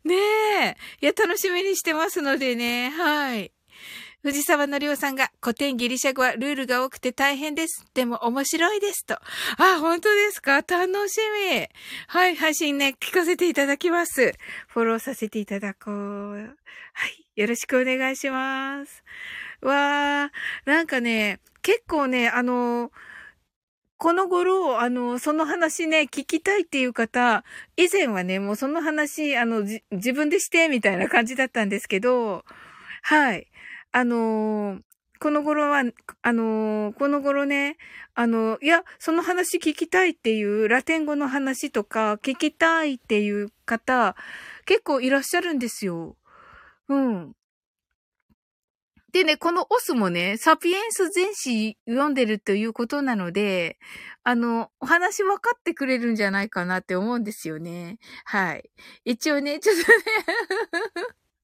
ねえ。いや、楽しみにしてますのでね。はい。藤沢のりおさんが古典ギリシャ語はルールが多くて大変です。でも面白いですと。本当ですか？楽しみ。はい、配信ね、聞かせていただきます。フォローさせていただこう。はい、よろしくお願いします。わー、なんかね、結構ね、この頃、その話ね、聞きたいっていう方、以前はね、もうその話、自分でして、みたいな感じだったんですけど、はい。あのーこの頃は、この頃ね、いや、その話聞きたいっていう、ラテン語の話とか聞きたいっていう方、結構いらっしゃるんですよ。うん。でね、このオスもね、サピエンス全史読んでるということなので、お話分かってくれるんじゃないかなって思うんですよね。はい。一応ね、ちょっとね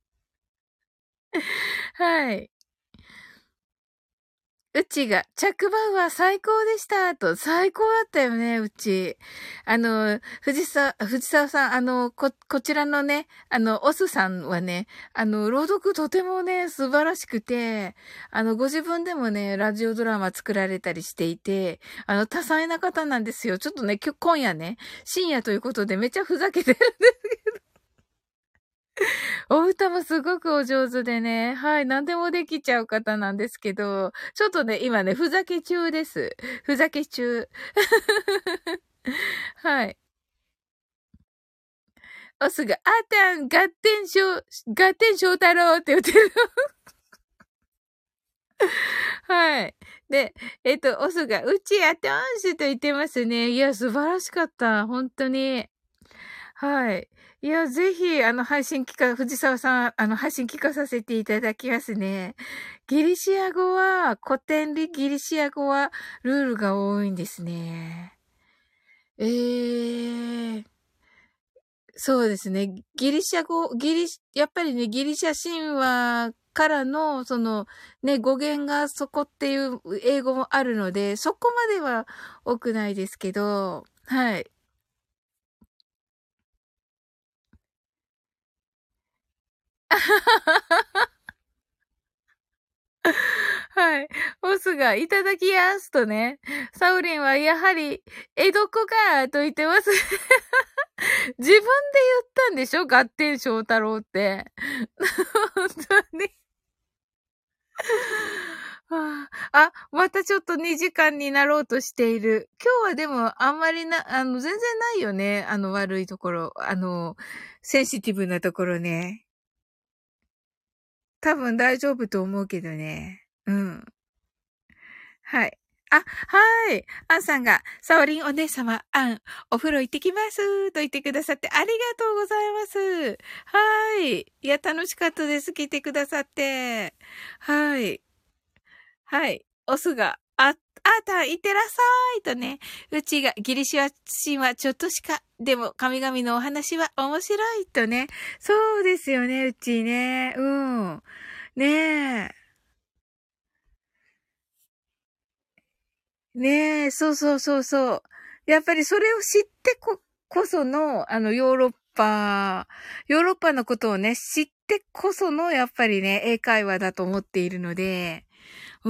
はい。うちが、チャックバウアー最高でしたと、最高だったよね、うち。藤沢さん、こちらのね、オスさんはね、朗読とてもね、素晴らしくて、ご自分でもね、ラジオドラマ作られたりしていて、多彩な方なんですよ。ちょっとね、今夜ね、深夜ということでめっちゃふざけてるんです。お歌もすごくお上手でね、はい、何でもできちゃう方なんですけど、ちょっとね、今ね、ふざけ中です。ふざけ中。はい。 オスが、あーたん、合点翔太郎って言ってる。はい。で、オスが、うちやってますと言ってますね。いや、素晴らしかった。本当に。はい。いや、ぜひ、藤沢さん、配信聞かさせていただきますね。ギリシア語は、古典ギリシア語は、ルールが多いんですね。そうですね。ギリシャ語、やっぱりね、ギリシャ神話からの、ね、語源がそこっていう英語もあるので、そこまでは多くないですけど、はい。はい。オスがいただきやすとね、サウリンはやはり、江戸っ子かと言ってます。自分で言ったんでしょ合点翔太郎って。本当に。またちょっと2時間になろうとしている。今日はでもあんまり全然ないよね。悪いところ。センシティブなところね。多分大丈夫と思うけどね。うん。はい。はい。アンさんが、サオリンお姉様、お風呂行ってきますと言ってくださってありがとうございます。はい。いや、楽しかったです。来てくださって。はい。はい。オスが、いってらっしゃいとね。うちがギリシア神話ちょっとしか、でも神々のお話は面白いとね。そうですよね、うちね。うん。ねえ。ねえ、そうそうそうそう。やっぱりそれを知ってこその、ヨーロッパのことをね、知ってこその、やっぱりね、英会話だと思っているので、うん。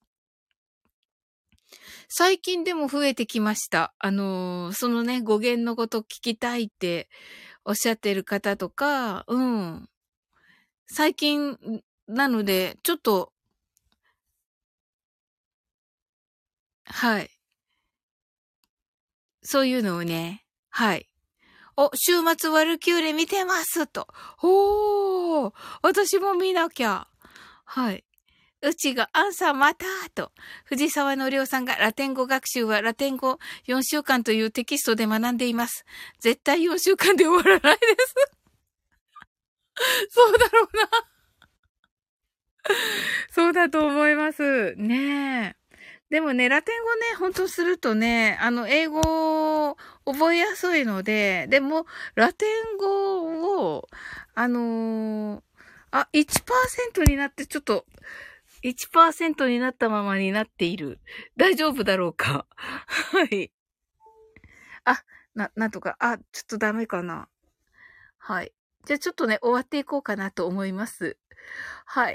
最近でも増えてきました。そのね、語源のこと聞きたいっておっしゃってる方とか、うん。最近、なので、ちょっと、はい。そういうのをね、はい。週末ワルキューレ見てますと。私も見なきゃ。はい。うちがアンサーまたと。藤沢のりょうさんがラテン語学習はラテン語4週間というテキストで学んでいます。絶対4週間で終わらないです。そうだろうな。そうだと思います。ねえ。でもね、ラテン語ね、ほんとするとね、英語を覚えやすいので、でも、ラテン語を、1%になってちょっと、1%になったままになっている。大丈夫だろうか。はい。あ、なんとか、ちょっとダメかな。はい。じゃあちょっとね、終わっていこうかなと思います。はい。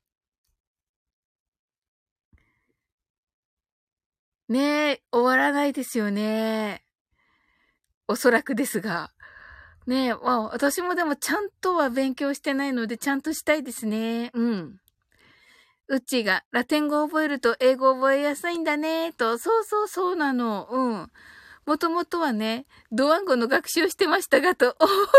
ねえ、終わらないですよね。おそらくですが。ねえ、私もでもちゃんとは勉強してないので、ちゃんとしたいですね。うん。うっちーが、ラテン語を覚えると英語を覚えやすいんだね、と。そうそうそうなの。うん。もともとはね、ドワン語の学習してましたが、と。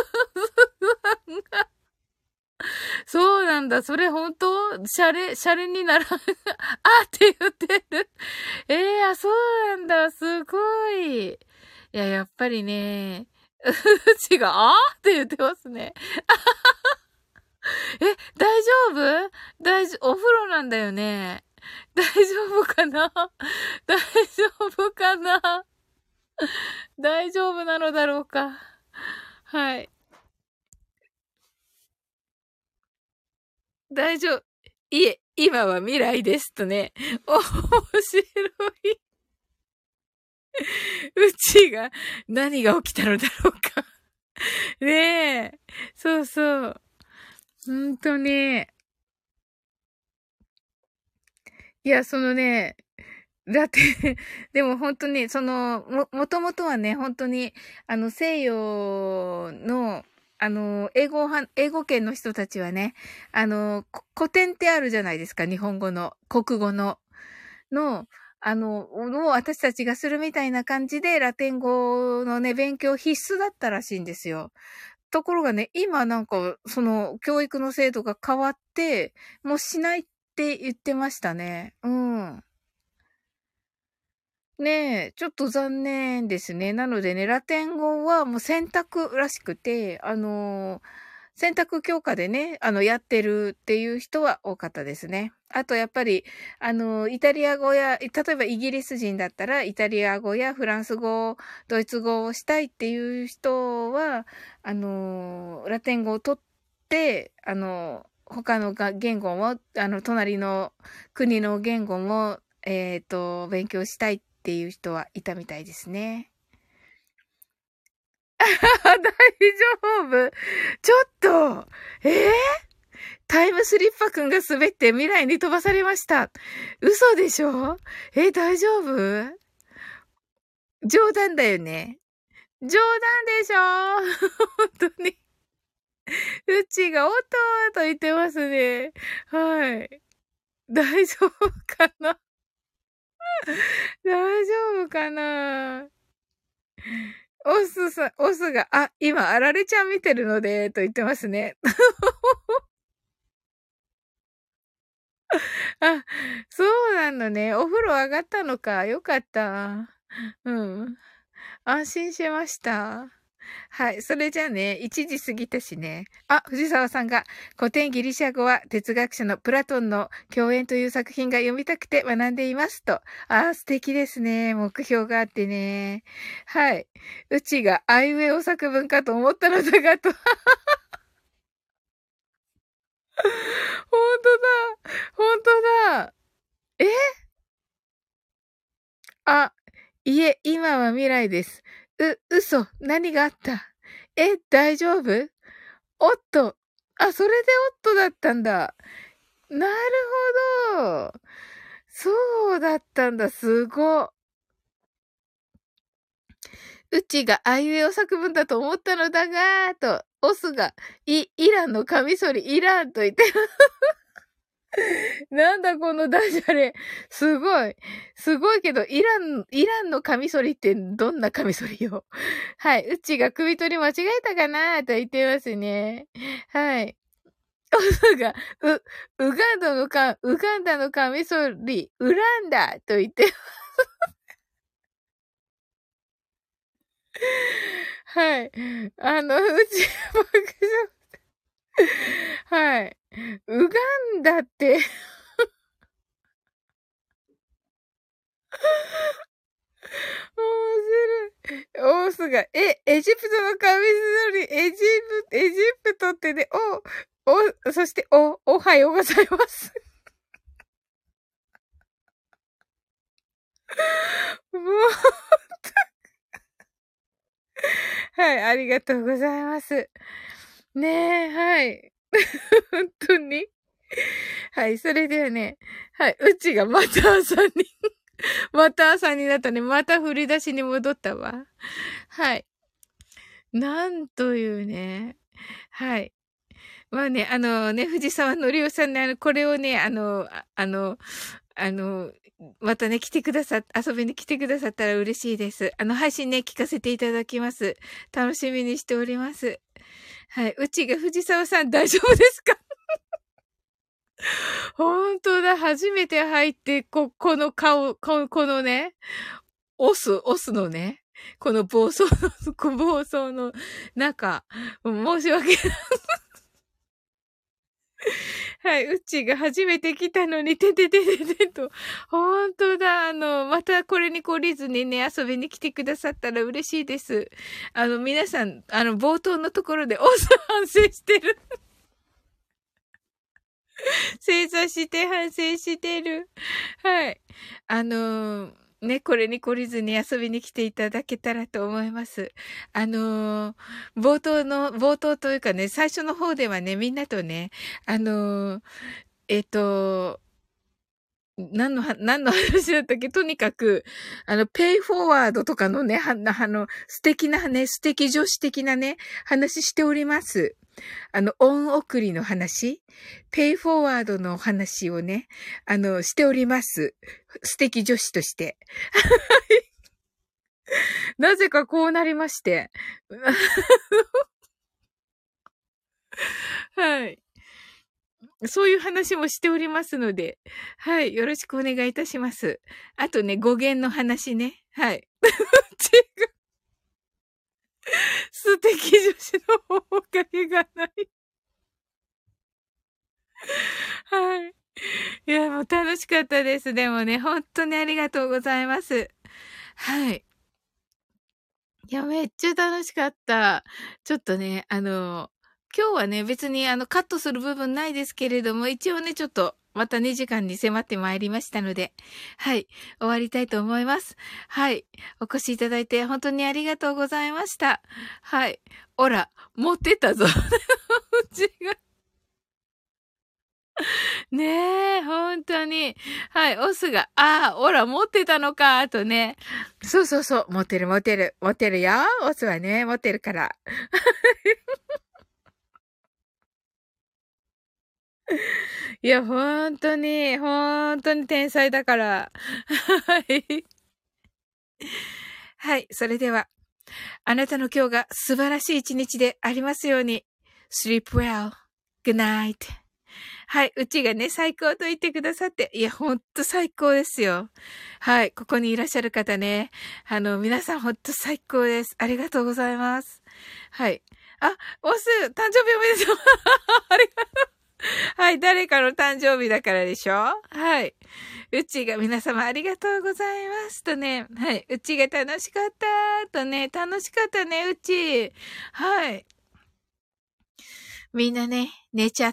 そうなんだ。それ本当シャレにならん。って言ってる。そうなんだ。すごい。いや、やっぱりね、うちが、って言ってますね。大丈夫お風呂なんだよね。大丈夫かな大丈夫かな大丈夫なのだろうか。はい。大丈夫。いえ、今は未来ですとね。面白い。うちが何が起きたのだろうか。ねえ。そうそう。ほんとね。いや、そのね、だってでも本当に、もともとはね、本当に、西洋の、英語圏の人たちはね、古典ってあるじゃないですか、日本語の、国語の。 もう私たちがするみたいな感じで、ラテン語のね、勉強必須だったらしいんですよ。ところがね、今なんか、その、教育の制度が変わって、もうしないって言ってましたね。うん。ねえ、ちょっと残念ですね。なのでね、ラテン語はもう選択らしくて、選択教科でね、やってるっていう人は多かったですね。あとやっぱり、イタリア語や、例えばイギリス人だったら、イタリア語やフランス語、ドイツ語をしたいっていう人は、ラテン語を取って、他の言語も、隣の国の言語も、勉強したいっていう人はいたみたいですね。大丈夫ちょっと、タイムスリッパくんが滑って未来に飛ばされました。嘘でしょ大丈夫冗談だよね。冗談でしょ本当に。うちがおっとーと言ってますね。はい。大丈夫かな大丈夫かなオスが、今、あられちゃん見てるので、と言ってますね。あ、そうなのね。お風呂上がったのか。よかった。うん。安心しました。はい。それじゃあね、1時過ぎたしね。藤沢さんが、古典ギリシャ語は哲学者のプラトンの教演という作品が読みたくて学んでいますと。素敵ですね。目標があってね。はい。うちがアイウェオ作文かと思ったのだがと。ほんとだ。ほんとだ。えあ、いえ、今は未来です。嘘。何があった？大丈夫？おっと。それでおっとだったんだ。なるほど。そうだったんだ。すご。うちがあいうえお作文だと思ったのだが、と、オスが、イランのカミソリ、イランと言ってなんだこのダジャレ。すごい。すごいけど、イランのカミソリってどんなカミソリよ。はい。うちが首取り間違えたかなと言ってますね。はい。オスが、ウガンダのカミソリ、ウランダと言って、はい。うち、爆笑。はい。ウガンダって、面白い。オースが、エジプトのカミソリ、エジプトってね、そして、おはようございます。もう、はい、ありがとうございます。ねえ、はい。本当に。はい、それではね、はい、うちがまた朝にまた朝になったね。また振り出しに戻ったわ。はい。なんというね。はい。まあね、藤沢のりおさんね、これをね、あの、またね、遊びに来てくださったら嬉しいです。配信ね、聞かせていただきます。楽しみにしております。はい。うちが藤沢さん大丈夫ですか？本当だ。初めて入って、この顔、このね、オスのね、この暴走の中、申し訳ない。はい、うちが初めて来たのに、てと。本当だ。またこれに懲りずにね、遊びに来てくださったら嬉しいです。皆さん、冒頭のところで、反省してる。正座して反省してる。はい。ね、これに懲りずに遊びに来ていただけたらと思います。冒頭というかね、最初の方ではね、みんなとね、えっと、 何の話だったっけ？とにかく、ペイフォワードとかのね、素敵なね、素敵女子的なね、話しております。恩送りの話、ペイフォワードの話をね、しております。素敵女子として。なぜかこうなりまして。はい。そういう話もしておりますので、はい。よろしくお願いいたします。あとね、語源の話ね。はい。違う。素敵女子のおかげがない。はい。いや、もう楽しかったです。でもね、本当にありがとうございます。はい。いや、めっちゃ楽しかった。ちょっとね、今日はね、別にカットする部分ないですけれども、一応ね、ちょっと、また2時間に迫ってまいりましたので、はい、終わりたいと思います。はい、お越しいただいて本当にありがとうございました。はい、おら、持ってたぞ。うちが。ねえ、本当に。はい、オスが、ああ、おら、持ってたのか、とね。そうそうそう、持ってる持ってる。持ってるよ。オスはね、持ってるから。いや、本当に天才だから。はい。はい、それでは、あなたの今日が素晴らしい一日でありますように。sleep well. Good night. はい。うちがね、最高と言ってくださって。いや、ほんと最高ですよ。はい。ここにいらっしゃる方ね。皆さんほんと最高です。ありがとうございます。はい。あ、オス、誕生日おめでとう。ありがとう。はい。誰かの誕生日だからでしょ？はい。うちが皆様ありがとうございますとね。はい。うちが楽しかったとね。楽しかったね、うち。はい。みんなね、寝ちゃった。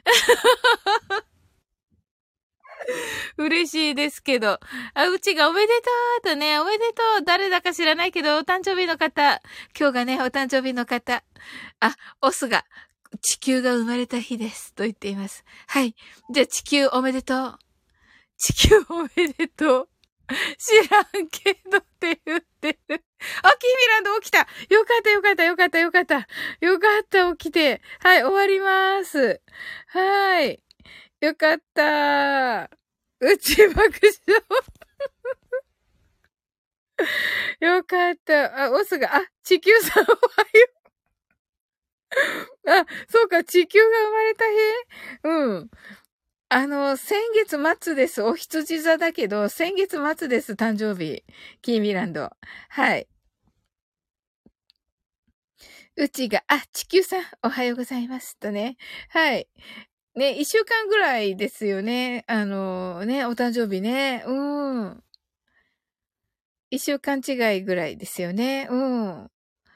嬉しいですけど。うちがおめでとうとね、おめでとう。誰だか知らないけど、お誕生日の方。今日がね、お誕生日の方。あ、オスが、地球が生まれた日です。と言っています。はい。じゃあ地球おめでとう。地球おめでとう。知らんけどって言ってる。あ、キーミランド起きた。よかったよかったよかったよかった。よかった起きて。はい、終わります。はい。よかった。うち爆笑。よかった。あ、オスが、地球さんおはよう。そうか、地球が生まれた日。うん。先月末です。お羊座だけど、先月末です、誕生日。キーミランド。はい。うちが、地球さん、おはようございます。とね。はい。ね、一週間ぐらいですよね。お誕生日ね。うん。一週間違いぐらいですよね。うん。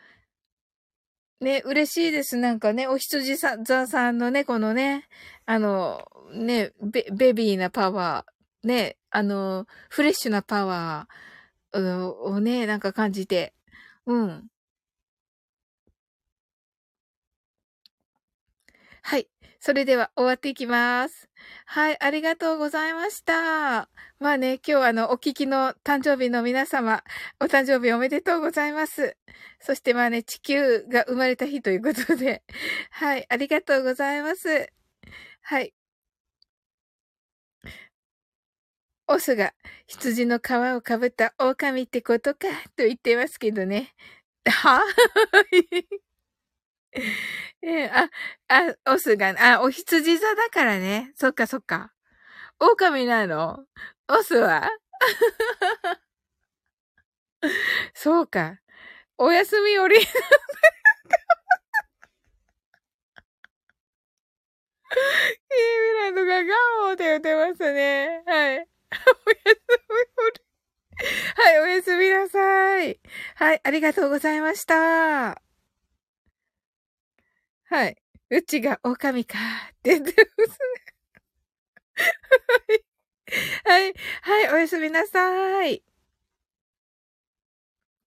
ね、嬉しいです。なんかね、お羊座さんのね、このね、ベビーなパワー、ね、フレッシュなパワー、をね、なんか感じて。うん。はい。それでは終わっていきます。はい、ありがとうございました。まあね、今日お聞きの誕生日の皆様、お誕生日おめでとうございます。そしてまあね、地球が生まれた日ということで、はい、ありがとうございます。はい。オスが羊の皮をかぶった狼ってことか、と言ってますけどね。はオスが、お羊座だからね。そっかそっか。狼なの？オスは？そうか。お休みよりキーミランドがガオーって言ってますね。はい。おやすみより。はい、おやすみなさい。はい、ありがとうございました。はい。うちが狼かって言ってますね。はい。はい、おやすみなさい。